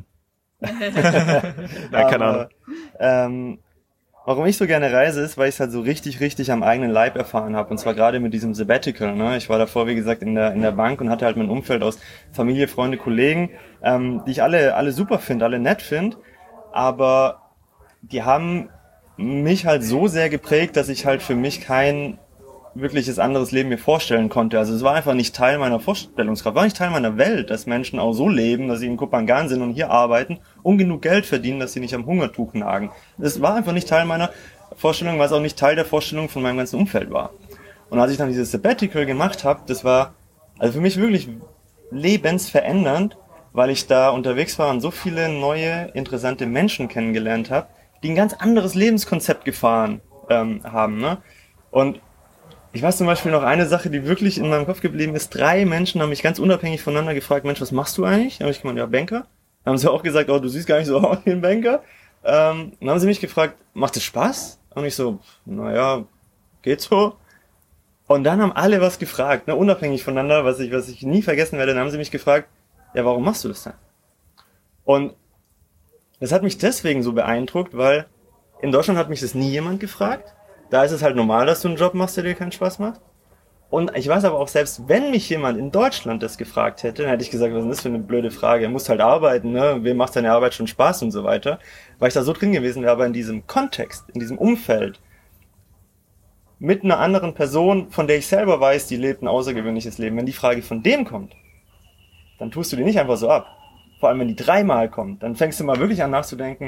Nein, keine Ahnung. Warum ich so gerne reise, ist, weil ich es halt so richtig am eigenen Leib erfahren habe. Und zwar gerade mit diesem Sabbatical. Ne? Ich war davor, wie gesagt, in der Bank und hatte halt mein Umfeld aus Familie, Freunde, Kollegen, die ich alle super finde, alle nett finde. Aber die haben mich halt so sehr geprägt, dass ich halt für mich kein wirkliches anderes Leben mir vorstellen konnte. Also es war einfach nicht Teil meiner Vorstellungskraft, war nicht Teil meiner Welt, dass Menschen auch so leben, dass sie in Kopangan sind und hier arbeiten und genug Geld verdienen, dass sie nicht am Hungertuch nagen. Das war einfach nicht Teil meiner Vorstellung, weil es auch nicht Teil der Vorstellung von meinem ganzen Umfeld war. Und als ich dann dieses Sabbatical gemacht habe, das war also für mich wirklich lebensverändernd, weil ich da unterwegs war und so viele neue, interessante Menschen kennengelernt habe, die ein ganz anderes Lebenskonzept gefahren haben. Ne? Und ich weiß zum Beispiel noch eine Sache, die wirklich in meinem Kopf geblieben ist. 3 Menschen haben mich ganz unabhängig voneinander gefragt, Mensch, was machst du eigentlich? Dann habe ich gemeint, ja, Banker. Dann haben sie auch gesagt, du siehst gar nicht so aus wie ein Banker. Dann haben sie mich gefragt, macht es Spaß? Und ich so, naja, geht so. Und dann haben alle was gefragt, ne, unabhängig voneinander, was ich nie vergessen werde. Dann haben sie mich gefragt, ja, warum machst du das denn? Und das hat mich deswegen so beeindruckt, weil in Deutschland hat mich das nie jemand gefragt. Da ist es halt normal, dass du einen Job machst, der dir keinen Spaß macht. Und ich weiß aber auch, selbst wenn mich jemand in Deutschland das gefragt hätte, dann hätte ich gesagt, was ist das für eine blöde Frage? Du musst halt arbeiten, ne? Wem macht deine Arbeit schon Spaß und so weiter. Weil ich da so drin gewesen wäre, aber in diesem Kontext, in diesem Umfeld, mit einer anderen Person, von der ich selber weiß, die lebt ein außergewöhnliches Leben. Wenn die Frage von dem kommt, dann tust du die nicht einfach so ab. Vor allem, wenn die 3-mal kommt, dann fängst du mal wirklich an nachzudenken,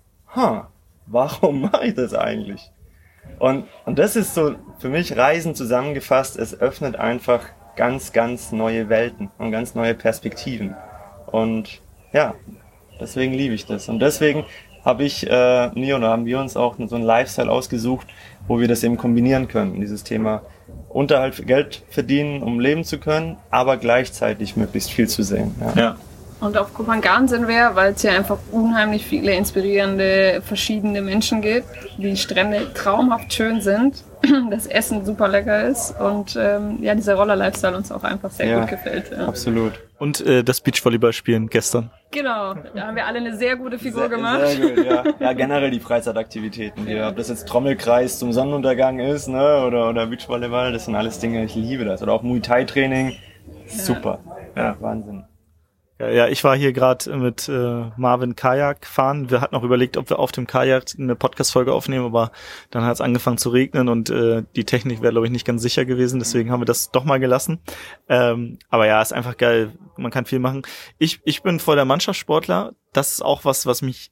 warum mache ich das eigentlich? Und das ist so für mich Reisen zusammengefasst, es öffnet einfach ganz neue Welten und ganz neue Perspektiven. Und ja, deswegen liebe ich das. Und deswegen haben wir uns auch so einen Lifestyle ausgesucht, wo wir das eben kombinieren können. Dieses Thema Unterhalt, Geld verdienen, um leben zu können, aber gleichzeitig möglichst viel zu sehen. Ja. Und auf Kopangan sind wir, weil es hier einfach unheimlich viele inspirierende, verschiedene Menschen gibt. Die Strände traumhaft schön sind, das Essen super lecker ist und dieser Roller-Lifestyle uns auch einfach sehr gut gefällt. Ja. Absolut. Und das Beachvolleyball-Spielen gestern. Genau, da haben wir alle eine sehr gute Figur gemacht. Sehr gut, ja. Ja, generell die Freizeitaktivitäten hier. Ob das jetzt Trommelkreis zum Sonnenuntergang ist, ne, oder Beachvolleyball, das sind alles Dinge, ich liebe das. Oder auch Muay Thai Training, super. Ja, Wahnsinn. Ja, ich war hier gerade mit Marvin Kajak fahren. Wir hatten auch überlegt, ob wir auf dem Kajak eine Podcast-Folge aufnehmen, aber dann hat es angefangen zu regnen und die Technik wäre, glaube ich, nicht ganz sicher gewesen. Deswegen haben wir das doch mal gelassen. Aber ja, ist einfach geil. Man kann viel machen. Ich bin voll der Mannschaftssportler. Das ist auch was mich,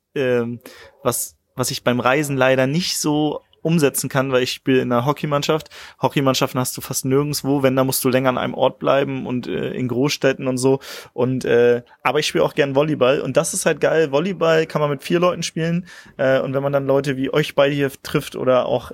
was ich beim Reisen leider nicht so umsetzen kann, weil ich spiele in einer Hockeymannschaft. Hockeymannschaften hast du fast nirgendwo, wenn, da musst du länger an einem Ort bleiben und in Großstädten und so. Und aber ich spiele auch gern Volleyball und das ist halt geil. Volleyball kann man mit 4 Leuten spielen und wenn man dann Leute wie euch beide hier trifft oder auch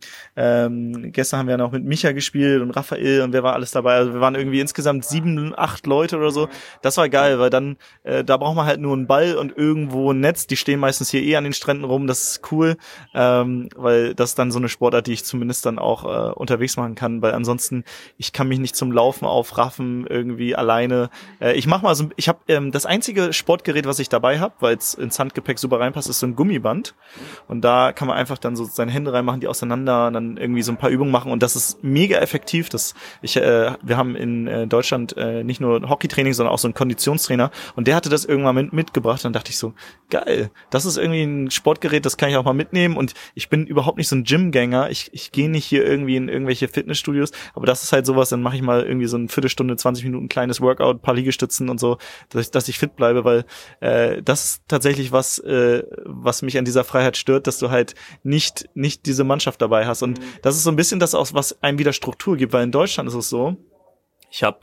gestern haben wir ja noch mit Micha gespielt und Raphael und wer war alles dabei? Also wir waren irgendwie insgesamt 7, 8 Leute oder so. Das war geil, weil dann da braucht man halt nur einen Ball und irgendwo ein Netz. Die stehen meistens hier an den Stränden rum. Das ist cool, weil das ist dann so eine Sportart, die ich zumindest dann auch unterwegs machen kann, weil ansonsten, ich kann mich nicht zum Laufen aufraffen, irgendwie alleine. Ich habe das einzige Sportgerät, was ich dabei habe, weil es ins Handgepäck super reinpasst, ist so ein Gummiband. Und da kann man einfach dann so seine Hände reinmachen, die auseinander, und dann irgendwie so ein paar Übungen machen. Und das ist mega effektiv. Wir haben in Deutschland nicht nur Hockeytraining, sondern auch so einen Konditionstrainer. Und der hatte das irgendwann mitgebracht. Dann dachte ich so, geil, das ist irgendwie ein Sportgerät, das kann ich auch mal mitnehmen. Und ich bin überhaupt nicht nicht so ein Gymgänger. Ich gehe nicht hier irgendwie in irgendwelche Fitnessstudios, aber das ist halt sowas, dann mache ich mal irgendwie so eine Viertelstunde, 20 Minuten kleines Workout, paar Liegestützen und so, dass ich fit bleibe, weil das ist tatsächlich was mich an dieser Freiheit stört, dass du halt nicht diese Mannschaft dabei hast. Und das ist so ein bisschen das auch, was einem wieder Struktur gibt, weil in Deutschland ist es so, ich habe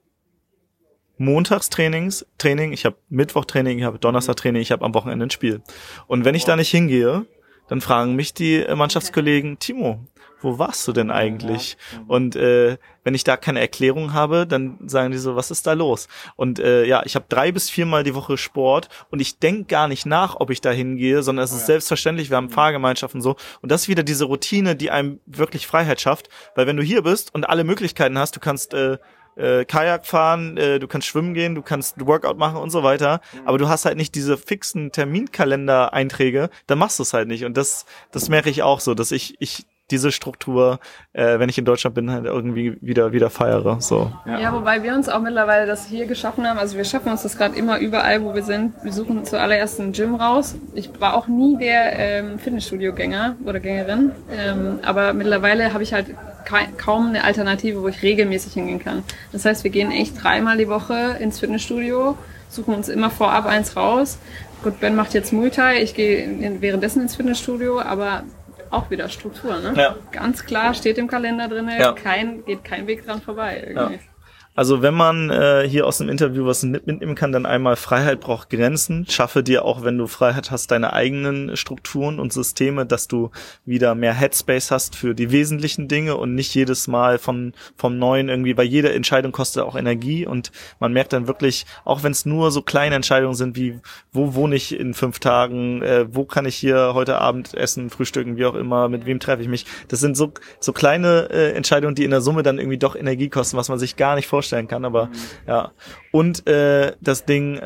Montagstraining, ich habe Mittwochtraining, ich habe Donnerstagtraining, ich habe am Wochenende ein Spiel. Und wenn ich da nicht hingehe, dann fragen mich die Mannschaftskollegen, Timo, wo warst du denn eigentlich? Und wenn ich da keine Erklärung habe, dann sagen die so, was ist da los? Und ich habe 3 bis 4 Mal die Woche Sport und ich denke gar nicht nach, ob ich da hingehe, sondern es ist selbstverständlich, wir haben Fahrgemeinschaften und so. Und das ist wieder diese Routine, die einem wirklich Freiheit schafft, weil wenn du hier bist und alle Möglichkeiten hast, du kannst Kajak fahren, du kannst schwimmen gehen, du kannst Workout machen und so weiter, aber du hast halt nicht diese fixen Terminkalender-Einträge, dann machst du es halt nicht. Und das merke ich auch so, dass ich diese Struktur, wenn ich in Deutschland bin, halt irgendwie wieder feiere. So. Ja, wobei wir uns auch mittlerweile das hier geschaffen haben. Also wir schaffen uns das gerade immer überall, wo wir sind. Wir suchen zuallererst ein Gym raus. Ich war auch nie der Fitnessstudio-Gänger oder Gängerin, aber mittlerweile habe ich halt kaum eine Alternative, wo ich regelmäßig hingehen kann. Das heißt, wir gehen echt 3-mal die Woche ins Fitnessstudio, suchen uns immer vorab eins raus. Gut, Ben macht jetzt Muay Thai, ich gehe währenddessen ins Fitnessstudio, aber auch wieder Struktur, ne? Ja. Ganz klar, steht im Kalender drin, geht kein Weg dran vorbei irgendwie. Ja. Also wenn man hier aus dem Interview was mitnehmen kann, dann einmal Freiheit braucht Grenzen. Schaffe dir auch, wenn du Freiheit hast, deine eigenen Strukturen und Systeme, dass du wieder mehr Headspace hast für die wesentlichen Dinge und nicht jedes Mal vom Neuen irgendwie, weil jede Entscheidung kostet auch Energie und man merkt dann wirklich, auch wenn es nur so kleine Entscheidungen sind wie, wo wohne ich in 5 Tagen, wo kann ich hier heute Abend essen, frühstücken, wie auch immer, mit wem treffe ich mich. Das sind so kleine Entscheidungen, die in der Summe dann irgendwie doch Energie kosten, was man sich gar nicht vorstellen kann, aber ja. Und das Ding,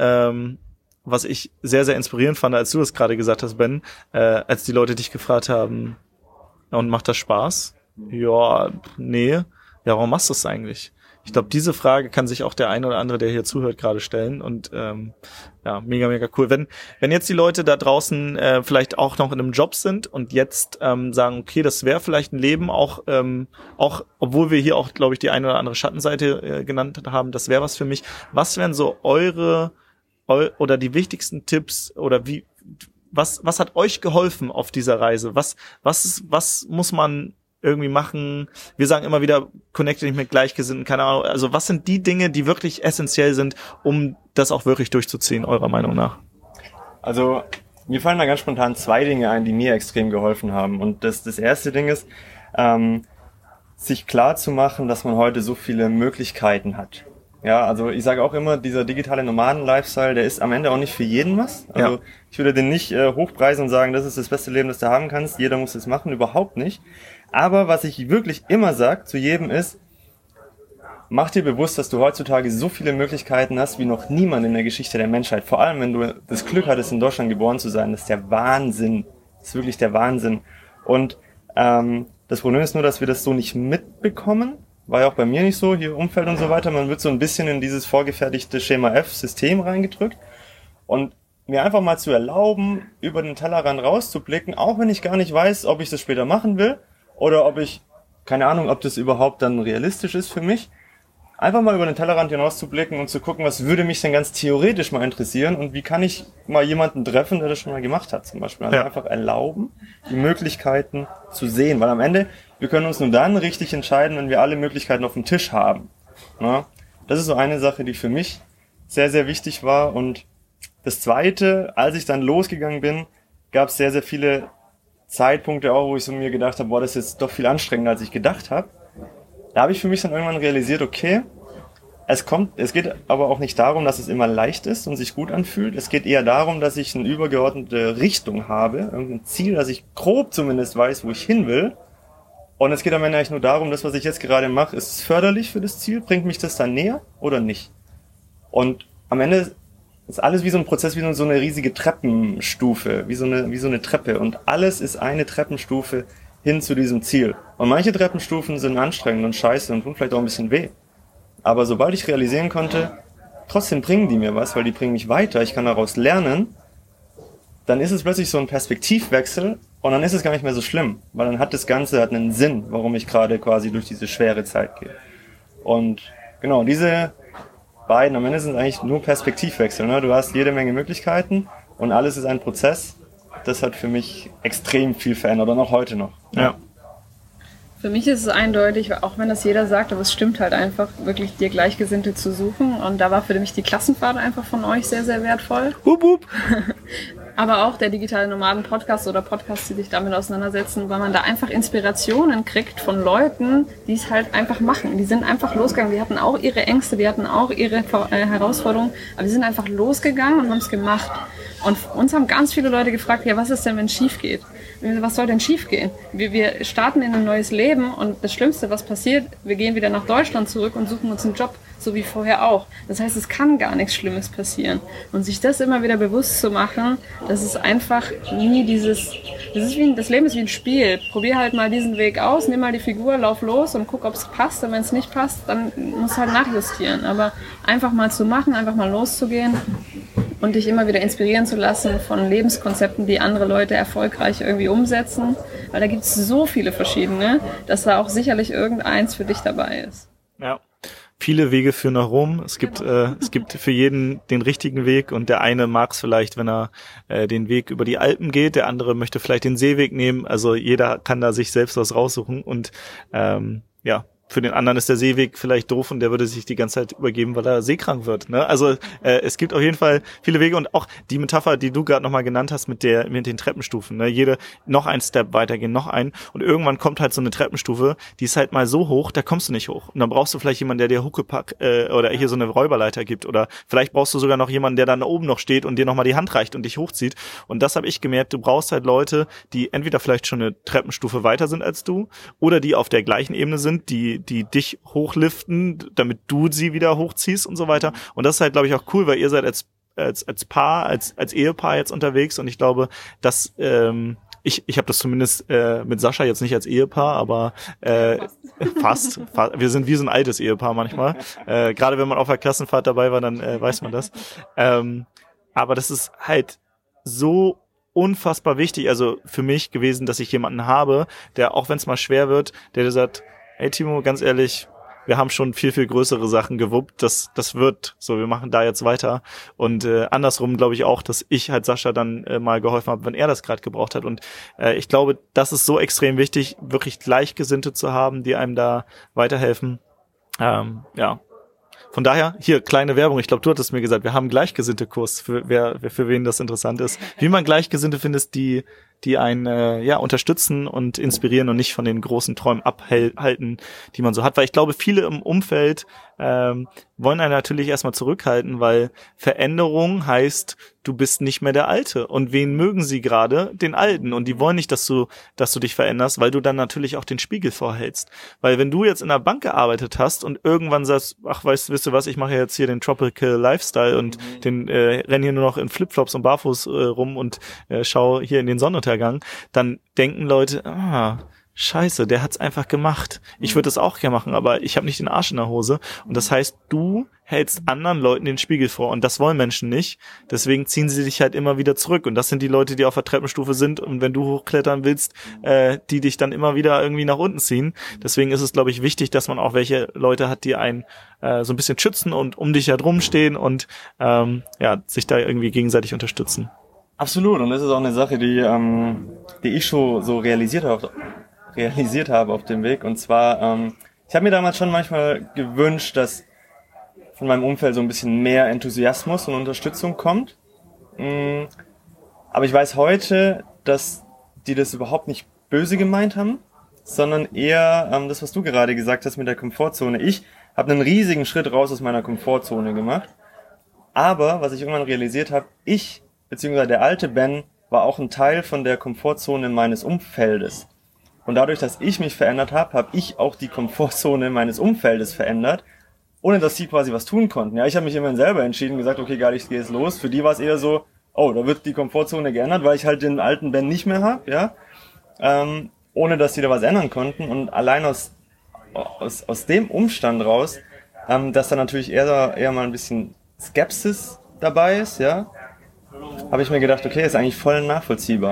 was ich sehr, sehr inspirierend fand, als du das gerade gesagt hast, Ben, als die Leute dich gefragt haben, und macht das Spaß? Ja, nee. Ja, warum machst du das eigentlich? Ich glaube, diese Frage kann sich auch der eine oder andere, der hier zuhört, gerade stellen und mega, mega cool. Wenn jetzt die Leute da draußen vielleicht auch noch in einem Job sind und jetzt sagen, okay, das wäre vielleicht ein Leben, auch obwohl wir hier auch, glaube ich, die eine oder andere Schattenseite genannt haben, das wäre was für mich. Was wären so eure oder die wichtigsten Tipps oder was hat euch geholfen auf dieser Reise? Was muss man irgendwie machen? Wir sagen immer wieder, connecte dich mit Gleichgesinnten, keine Ahnung. Also was sind die Dinge, die wirklich essentiell sind, um das auch wirklich durchzuziehen, eurer Meinung nach? Also mir fallen da ganz spontan 2 Dinge ein, die mir extrem geholfen haben. Und das erste Ding ist, sich klar zu machen, dass man heute so viele Möglichkeiten hat. Ja, also ich sage auch immer, dieser digitale Nomaden-Lifestyle, der ist am Ende auch nicht für jeden was. Also ich würde den nicht hochpreisen und sagen, das ist das beste Leben, das du haben kannst. Jeder muss es machen, überhaupt nicht. Aber was ich wirklich immer sage zu jedem ist, mach dir bewusst, dass du heutzutage so viele Möglichkeiten hast, wie noch niemand in der Geschichte der Menschheit. Vor allem, wenn du das Glück hattest, in Deutschland geboren zu sein. Das ist der Wahnsinn. Das ist wirklich der Wahnsinn. Und das Problem ist nur, dass wir das so nicht mitbekommen. War ja auch bei mir nicht so, hier Umfeld und so weiter. Man wird so ein bisschen in dieses vorgefertigte Schema F-System reingedrückt. Und mir einfach mal zu erlauben, über den Tellerrand rauszublicken, auch wenn ich gar nicht weiß, ob ich das später machen will oder ob ich, keine Ahnung, ob das überhaupt dann realistisch ist für mich. Einfach mal über den Tellerrand hinauszublicken und zu gucken, was würde mich denn ganz theoretisch mal interessieren und wie kann ich mal jemanden treffen, der das schon mal gemacht hat zum Beispiel. Also einfach erlauben, die Möglichkeiten zu sehen, weil am Ende, wir können uns nur dann richtig entscheiden, wenn wir alle Möglichkeiten auf dem Tisch haben. Na? Das ist so eine Sache, die für mich sehr, sehr wichtig war. Und das Zweite, als ich dann losgegangen bin, gab es sehr, sehr viele Zeitpunkte auch, wo ich so mir gedacht habe, boah, das ist jetzt doch viel anstrengender, als ich gedacht habe. Da habe ich für mich dann irgendwann realisiert, okay, es geht aber auch nicht darum, dass es immer leicht ist und sich gut anfühlt. Es geht eher darum, dass ich eine übergeordnete Richtung habe, irgendein Ziel, dass ich grob zumindest weiß, wo ich hin will. Und es geht am Ende eigentlich nur darum, das, was ich jetzt gerade mache, ist es förderlich für das Ziel? Bringt mich das dann näher oder nicht? Und am Ende ist alles wie so ein Prozess, wie so eine riesige Treppenstufe, wie so eine Treppe. Und alles ist eine Treppenstufe hin zu diesem Ziel. Und manche Treppenstufen sind anstrengend und scheiße und tun vielleicht auch ein bisschen weh. Aber sobald ich realisieren konnte, trotzdem bringen die mir was, weil die bringen mich weiter, ich kann daraus lernen, dann ist es plötzlich so ein Perspektivwechsel Und dann ist es gar nicht mehr so schlimm, weil dann hat das Ganze einen Sinn, warum ich gerade quasi durch diese schwere Zeit gehe. Und genau, diese beiden am Ende sind eigentlich nur Perspektivwechsel. Ne? Du hast jede Menge Möglichkeiten und alles ist ein Prozess. Das hat für mich extrem viel verändert und auch heute noch. Ja. Für mich ist es eindeutig, auch wenn das jeder sagt, aber es stimmt halt einfach, wirklich dir Gleichgesinnte zu suchen. Und da war für mich die Klassenfahrt einfach von euch sehr, sehr wertvoll. Hup, hup. Aber auch der digitale Nomaden-Podcast oder Podcasts, die sich damit auseinandersetzen, weil man da einfach Inspirationen kriegt von Leuten, die es halt einfach machen. Die sind einfach losgegangen. Die hatten auch ihre Ängste, die hatten auch ihre Herausforderungen, aber die sind einfach losgegangen und haben es gemacht. Und uns haben ganz viele Leute gefragt, ja, was ist denn, wenn es schief geht? Was soll denn schief gehen? Wir starten in ein neues Leben und das Schlimmste, was passiert, wir gehen wieder nach Deutschland zurück und suchen uns einen Job, so wie vorher auch. Das heißt, es kann gar nichts Schlimmes passieren. Und sich das immer wieder bewusst zu machen, das ist einfach nie das Leben ist wie ein Spiel. Probier halt mal diesen Weg aus, nimm mal die Figur, lauf los und guck, ob es passt. Und wenn es nicht passt, dann musst du halt nachjustieren. Aber einfach mal zu machen, einfach mal loszugehen und dich immer wieder inspirieren zu lassen von Lebenskonzepten, die andere Leute erfolgreich irgendwie umsetzen. Weil da gibt es so viele verschiedene, dass da auch sicherlich irgendeins für dich dabei ist. Ja. Viele Wege führen nach Rom. Es gibt für jeden den richtigen Weg und der eine mag es vielleicht, wenn er den Weg über die Alpen geht, der andere möchte vielleicht den Seeweg nehmen. Also jeder kann da sich selbst was raussuchen und ja. Für den anderen ist der Seeweg vielleicht doof und der würde sich die ganze Zeit übergeben, weil er seekrank wird. Ne? Also es gibt auf jeden Fall viele Wege und auch die Metapher, die du gerade nochmal genannt hast mit den Treppenstufen. Ne? Noch ein Step weitergehen, noch ein und irgendwann kommt halt so eine Treppenstufe, die ist halt mal so hoch, da kommst du nicht hoch. Und dann brauchst du vielleicht jemanden, der dir Huckepack oder hier so eine Räuberleiter gibt oder vielleicht brauchst du sogar noch jemanden, der dann oben noch steht und dir nochmal die Hand reicht und dich hochzieht. Und das habe ich gemerkt, du brauchst halt Leute, die entweder vielleicht schon eine Treppenstufe weiter sind als du oder die auf der gleichen Ebene sind, die dich hochliften, damit du sie wieder hochziehst und so weiter. Und das ist halt, glaube ich, auch cool, weil ihr seid als Paar, als Ehepaar jetzt unterwegs und ich glaube, dass ich habe das zumindest mit Sascha jetzt nicht als Ehepaar, aber fast. Wir sind wie so ein altes Ehepaar manchmal. Gerade wenn man auf der Klassenfahrt dabei war, dann weiß man das. Aber das ist halt so unfassbar wichtig, also für mich gewesen, dass ich jemanden habe, der, auch wenn es mal schwer wird, der sagt, hey Timo, ganz ehrlich, wir haben schon viel, viel größere Sachen gewuppt, das wird so, wir machen da jetzt weiter und andersrum glaube ich auch, dass ich halt Sascha dann mal geholfen habe, wenn er das gerade gebraucht hat und ich glaube, das ist so extrem wichtig, wirklich Gleichgesinnte zu haben, die einem da weiterhelfen, ja. Von daher, hier, kleine Werbung, ich glaube, du hattest mir gesagt, wir haben einen Gleichgesinnte-Kurs, für wen das interessant ist. Wie man Gleichgesinnte findet, die einen unterstützen und inspirieren und nicht von den großen Träumen abhalten, die man so hat. Weil ich glaube, viele im Umfeld wollen einen natürlich erstmal zurückhalten, weil Veränderung heißt, du bist nicht mehr der Alte. Und wen mögen sie gerade? Den Alten. Und die wollen nicht, dass du dich veränderst, weil du dann natürlich auch den Spiegel vorhältst. Weil wenn du jetzt in einer Bank gearbeitet hast und irgendwann sagst, ach, wisst ihr was, ich mache jetzt hier den Tropical Lifestyle und renn hier nur noch in Flipflops und barfuß rum und schau hier in den Sonnenuntergang, dann denken Leute, scheiße, der hat's einfach gemacht. Ich würde das auch gerne machen, aber ich habe nicht den Arsch in der Hose. Und das heißt, du hältst anderen Leuten den Spiegel vor. Und das wollen Menschen nicht. Deswegen ziehen sie dich halt immer wieder zurück. Und das sind die Leute, die auf der Treppenstufe sind. Und wenn du hochklettern willst, die dich dann immer wieder irgendwie nach unten ziehen. Deswegen ist es, glaube ich, wichtig, dass man auch welche Leute hat, die einen so ein bisschen schützen und um dich herum stehen und sich da irgendwie gegenseitig unterstützen. Absolut. Und das ist auch eine Sache, die ich schon so realisiert habe auf dem Weg. Und zwar, ich habe mir damals schon manchmal gewünscht, dass von meinem Umfeld so ein bisschen mehr Enthusiasmus und Unterstützung kommt. Aber ich weiß heute, dass die das überhaupt nicht böse gemeint haben, sondern eher das, was du gerade gesagt hast mit der Komfortzone. Ich habe einen riesigen Schritt raus aus meiner Komfortzone gemacht. Aber, was ich irgendwann realisiert habe, beziehungsweise der alte Ben, war auch ein Teil von der Komfortzone meines Umfeldes. Und dadurch, dass ich mich verändert habe, habe ich auch die Komfortzone meines Umfeldes verändert, ohne dass sie quasi was tun konnten. Ja, ich habe mich immerhin selber entschieden, gesagt, okay, geil, ich gehe jetzt los. Für die war es eher so, oh, da wird die Komfortzone geändert, weil ich halt den alten Ben nicht mehr habe, ja, ohne dass sie da was ändern konnten. Und allein aus dem Umstand raus, dass da natürlich eher mal ein bisschen Skepsis dabei ist, ja, habe ich mir gedacht, okay, ist eigentlich voll nachvollziehbar.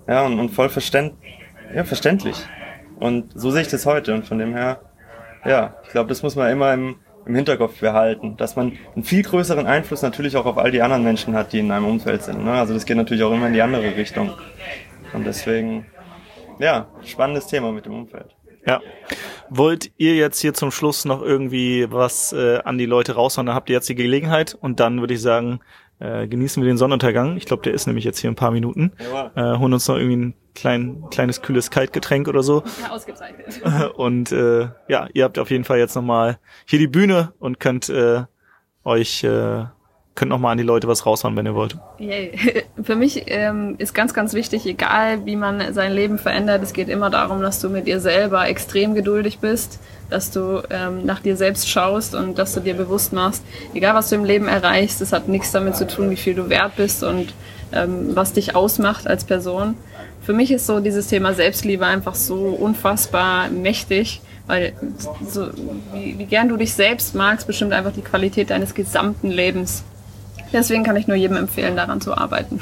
Ja, und voll verständlich. Und so sehe ich das heute. Und von dem her, ja, ich glaube, das muss man immer im Hinterkopf behalten, dass man einen viel größeren Einfluss natürlich auch auf all die anderen Menschen hat, die in einem Umfeld sind. Ne? Also das geht natürlich auch immer in die andere Richtung. Und deswegen, ja, spannendes Thema mit dem Umfeld. Ja. Wollt ihr jetzt hier zum Schluss noch irgendwie was an die Leute raushauen? Dann habt ihr jetzt die Gelegenheit und dann würde ich sagen, genießen wir den Sonnenuntergang. Ich glaube, der ist nämlich jetzt hier ein paar Minuten. Holen uns noch irgendwie ein kleines, kühles Kaltgetränk oder so. Ja, ausgezeichnet. Und ja, ihr habt auf jeden Fall jetzt nochmal hier die Bühne und könnt nochmal an die Leute was raushauen, wenn ihr wollt. Yay. Für mich ist ganz, ganz wichtig, egal wie man sein Leben verändert, es geht immer darum, dass du mit dir selber extrem geduldig bist, dass du nach dir selbst schaust und dass du dir bewusst machst, egal was du im Leben erreichst, das hat nichts damit zu tun, wie viel du wert bist und was dich ausmacht als Person. Für mich ist so dieses Thema Selbstliebe einfach so unfassbar mächtig, weil so, wie gern du dich selbst magst, bestimmt einfach die Qualität deines gesamten Lebens. Deswegen kann ich nur jedem empfehlen, daran zu arbeiten.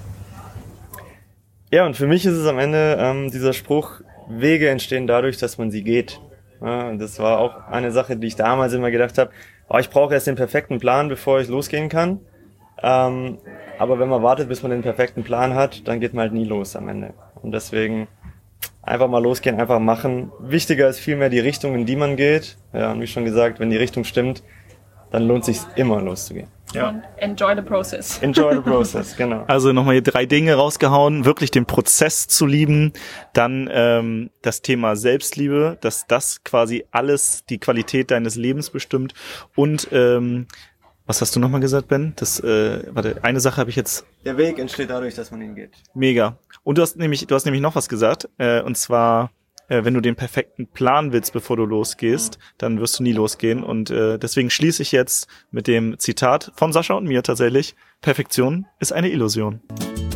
Ja, und für mich ist es am Ende dieser Spruch, Wege entstehen dadurch, dass man sie geht. Ja, und das war auch eine Sache, die ich damals immer gedacht habe, ich brauche erst den perfekten Plan, bevor ich losgehen kann. Aber wenn man wartet, bis man den perfekten Plan hat, dann geht man halt nie los am Ende. Und deswegen einfach mal losgehen, einfach machen. Wichtiger ist vielmehr die Richtung, in die man geht. Ja, und wie schon gesagt, wenn die Richtung stimmt, dann lohnt es sich immer loszugehen. Ja. Und enjoy the process. Enjoy the process, genau. Also nochmal hier 3 Dinge rausgehauen. Wirklich den Prozess zu lieben. Dann das Thema Selbstliebe, dass das quasi alles die Qualität deines Lebens bestimmt. Und was hast du nochmal gesagt, Ben? Eine Sache habe ich jetzt... Der Weg entsteht dadurch, dass man ihn geht. Mega. Und du hast nämlich noch was gesagt. Und zwar... wenn du den perfekten Plan willst, bevor du losgehst, dann wirst du nie losgehen. Und deswegen schließe ich jetzt mit dem Zitat von Sascha und mir tatsächlich. Perfektion ist eine Illusion.